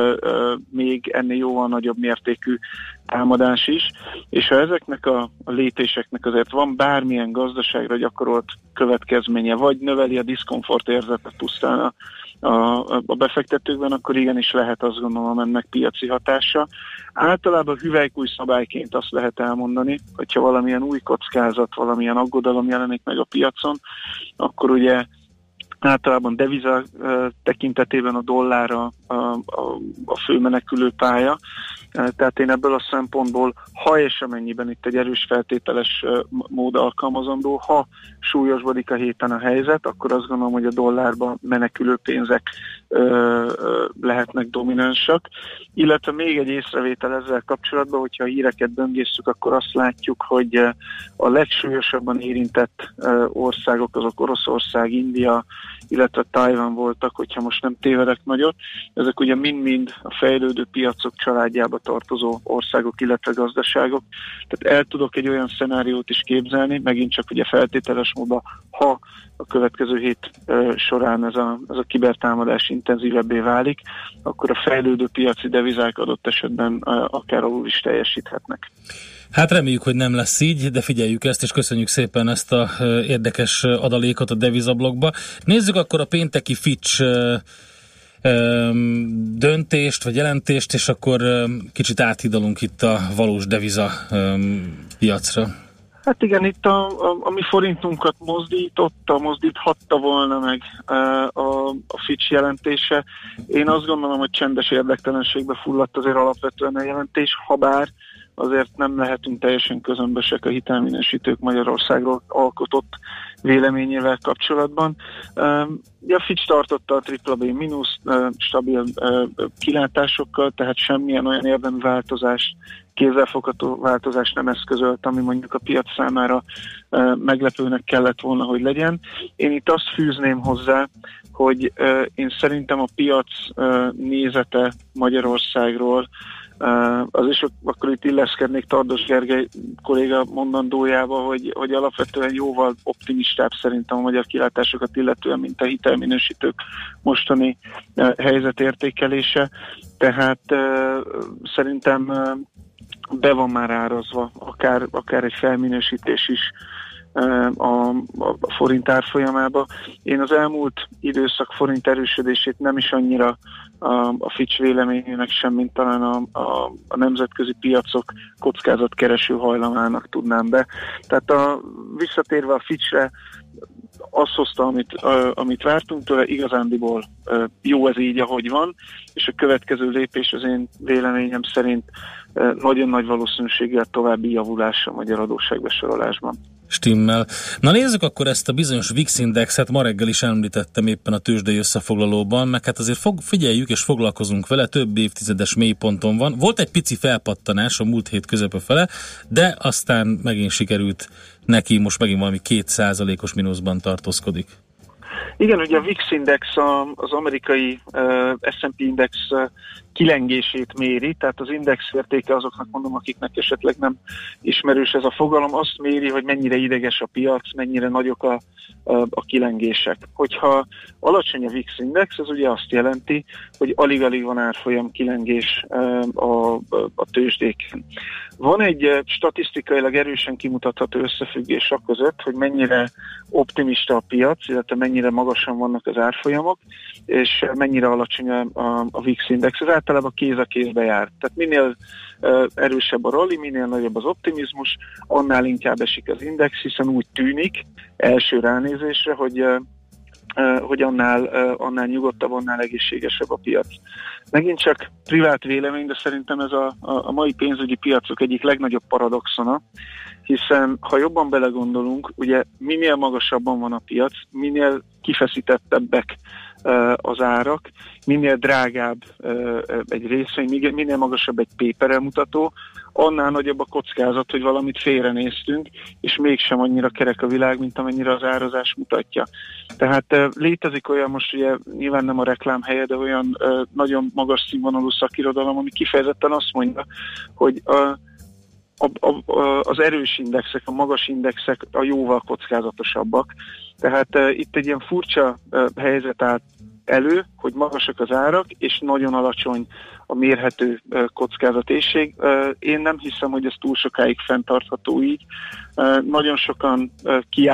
még ennél jóval nagyobb mértékű támadás is, és ha ezeknek a lépéseknek azért van bármilyen gazdaságra gyakorolt következménye, vagy növeli a diszkomfort érzetet pusztán a befektetőkben, akkor igenis lehet, azt gondolom, ennek piaci hatása. Általában hüvelykúj szabályként azt lehet elmondani, hogyha valamilyen új kockázat, valamilyen aggodalom jelenik meg a piacon, akkor ugye általában deviza tekintetében a dollár a fő menekülő pálya. Tehát én ebből a szempontból, ha és amennyiben itt egy erős feltételes mód alkalmazandó, ha súlyosbodik a héten a helyzet, akkor azt gondolom, hogy a dollárban menekülő pénzek lehetnek dominánsak. Illetve még egy észrevétel ezzel kapcsolatban, hogyha a híreket böngészünk, akkor azt látjuk, hogy a legsúlyosabban érintett országok, azok Oroszország, India, illetve Tajvan voltak, hogyha most nem tévedek nagyot. Ezek ugye mind-mind a fejlődő piacok családjába tartozó országok, illetve gazdaságok. Tehát el tudok egy olyan szenáriót is képzelni, megint csak ugye feltételes módon, ha a következő hét során ez a kibertámadás intenzívebbé válik, akkor a fejlődő piaci devizák adott esetben akár alul is teljesíthetnek. Hát reméljük, hogy nem lesz így, de figyeljük ezt, és köszönjük szépen ezt a érdekes adalékot a devizablogba. Nézzük akkor a pénteki Fitch döntést, vagy jelentést, és akkor kicsit áthidalunk itt a valós deviza piacra. Hát igen, itt a mi forintunkat mozdíthatta volna meg a Fitch jelentése. Én azt gondolom, hogy csendes érdektelenségbe fulladt azért alapvetően a jelentés, habár azért nem lehetünk teljesen közömbösek a hitelminősítők Magyarországról alkotott véleményével kapcsolatban. A Fitch tartotta a AAA mínusz stabil kilátásokkal, tehát semmilyen olyan érdemi változást, kézzelfogható változást nem eszközölt, ami mondjuk a piac számára meglepőnek kellett volna, hogy legyen. Én itt azt fűzném hozzá, hogy én szerintem a piac nézete Magyarországról, az is akkor itt illeszkednék Tardos Gergely kolléga mondandójába, hogy alapvetően jóval optimistább szerintem a magyar kilátásokat illetően, mint a hitelminősítők mostani helyzetértékelése. Tehát szerintem be van már árazva akár egy felminősítés is a forint árfolyamába. Én az elmúlt időszak forint erősödését nem is annyira a Fitch véleményének sem, mint talán a nemzetközi piacok kockázatkereső hajlamának tudnám be. Tehát visszatérve a Fitchre, azt hozta, amit vártunk tőle, igazándiból jó ez így, ahogy van, és a következő lépés az én véleményem szerint nagyon nagy valószínűséggel további javulás a magyar adósságbesorolásban. Stimmel. Na nézzük akkor ezt a bizonyos VIX indexet, ma reggel is említettem éppen a tőzsdei összefoglalóban, meg hát azért figyeljük és foglalkozunk vele, több évtizedes mélyponton van. Volt egy pici felpattanás a múlt hét közepe fele, de aztán megint sikerült neki, most megint valami 2%-os mínuszban tartózkodik. Igen, ugye a VIX Index az amerikai S&P Index kilengését méri, tehát az index értéke, azoknak mondom, akiknek esetleg nem ismerős ez a fogalom, azt méri, hogy mennyire ideges a piac, mennyire nagyok a kilengések. Hogyha alacsony a VIX Index, az ugye azt jelenti, hogy alig-alig van árfolyam kilengés a tőzsdéken. Van egy statisztikailag erősen kimutatható összefüggés a között, hogy mennyire optimista a piac, illetve mennyire magasan vannak az árfolyamok, és mennyire alacsony a VIX Index. Ez általában kéz a kézbe jár. Tehát minél erősebb a rally, minél nagyobb az optimizmus, annál inkább esik az index, hiszen úgy tűnik első ránézésre, hogy annál nyugodtabb, annál egészségesebb a piac. Megint csak privát vélemény, de szerintem ez a mai pénzügyi piacok egyik legnagyobb paradoxona, hiszen ha jobban belegondolunk, ugye minél magasabban van a piac, minél kifeszítettebbek az árak, minél drágább egy részvény, minél magasabb egy paper-elmutató, annál nagyobb a kockázat, hogy valamit félrenéztünk, és mégsem annyira kerek a világ, mint amennyire az árazás mutatja. Tehát létezik olyan, most ugye nyilván nem a reklám helye, de olyan nagyon magas színvonalú szakirodalom, ami kifejezetten azt mondja, hogy az erős indexek, a magas indexek a jóval kockázatosabbak. Tehát itt egy ilyen furcsa helyzet áll elő, hogy magasak az árak, és nagyon alacsony a mérhető kockázatésség. Én nem hiszem, hogy ez túl sokáig fenntartható így. Nagyon sokan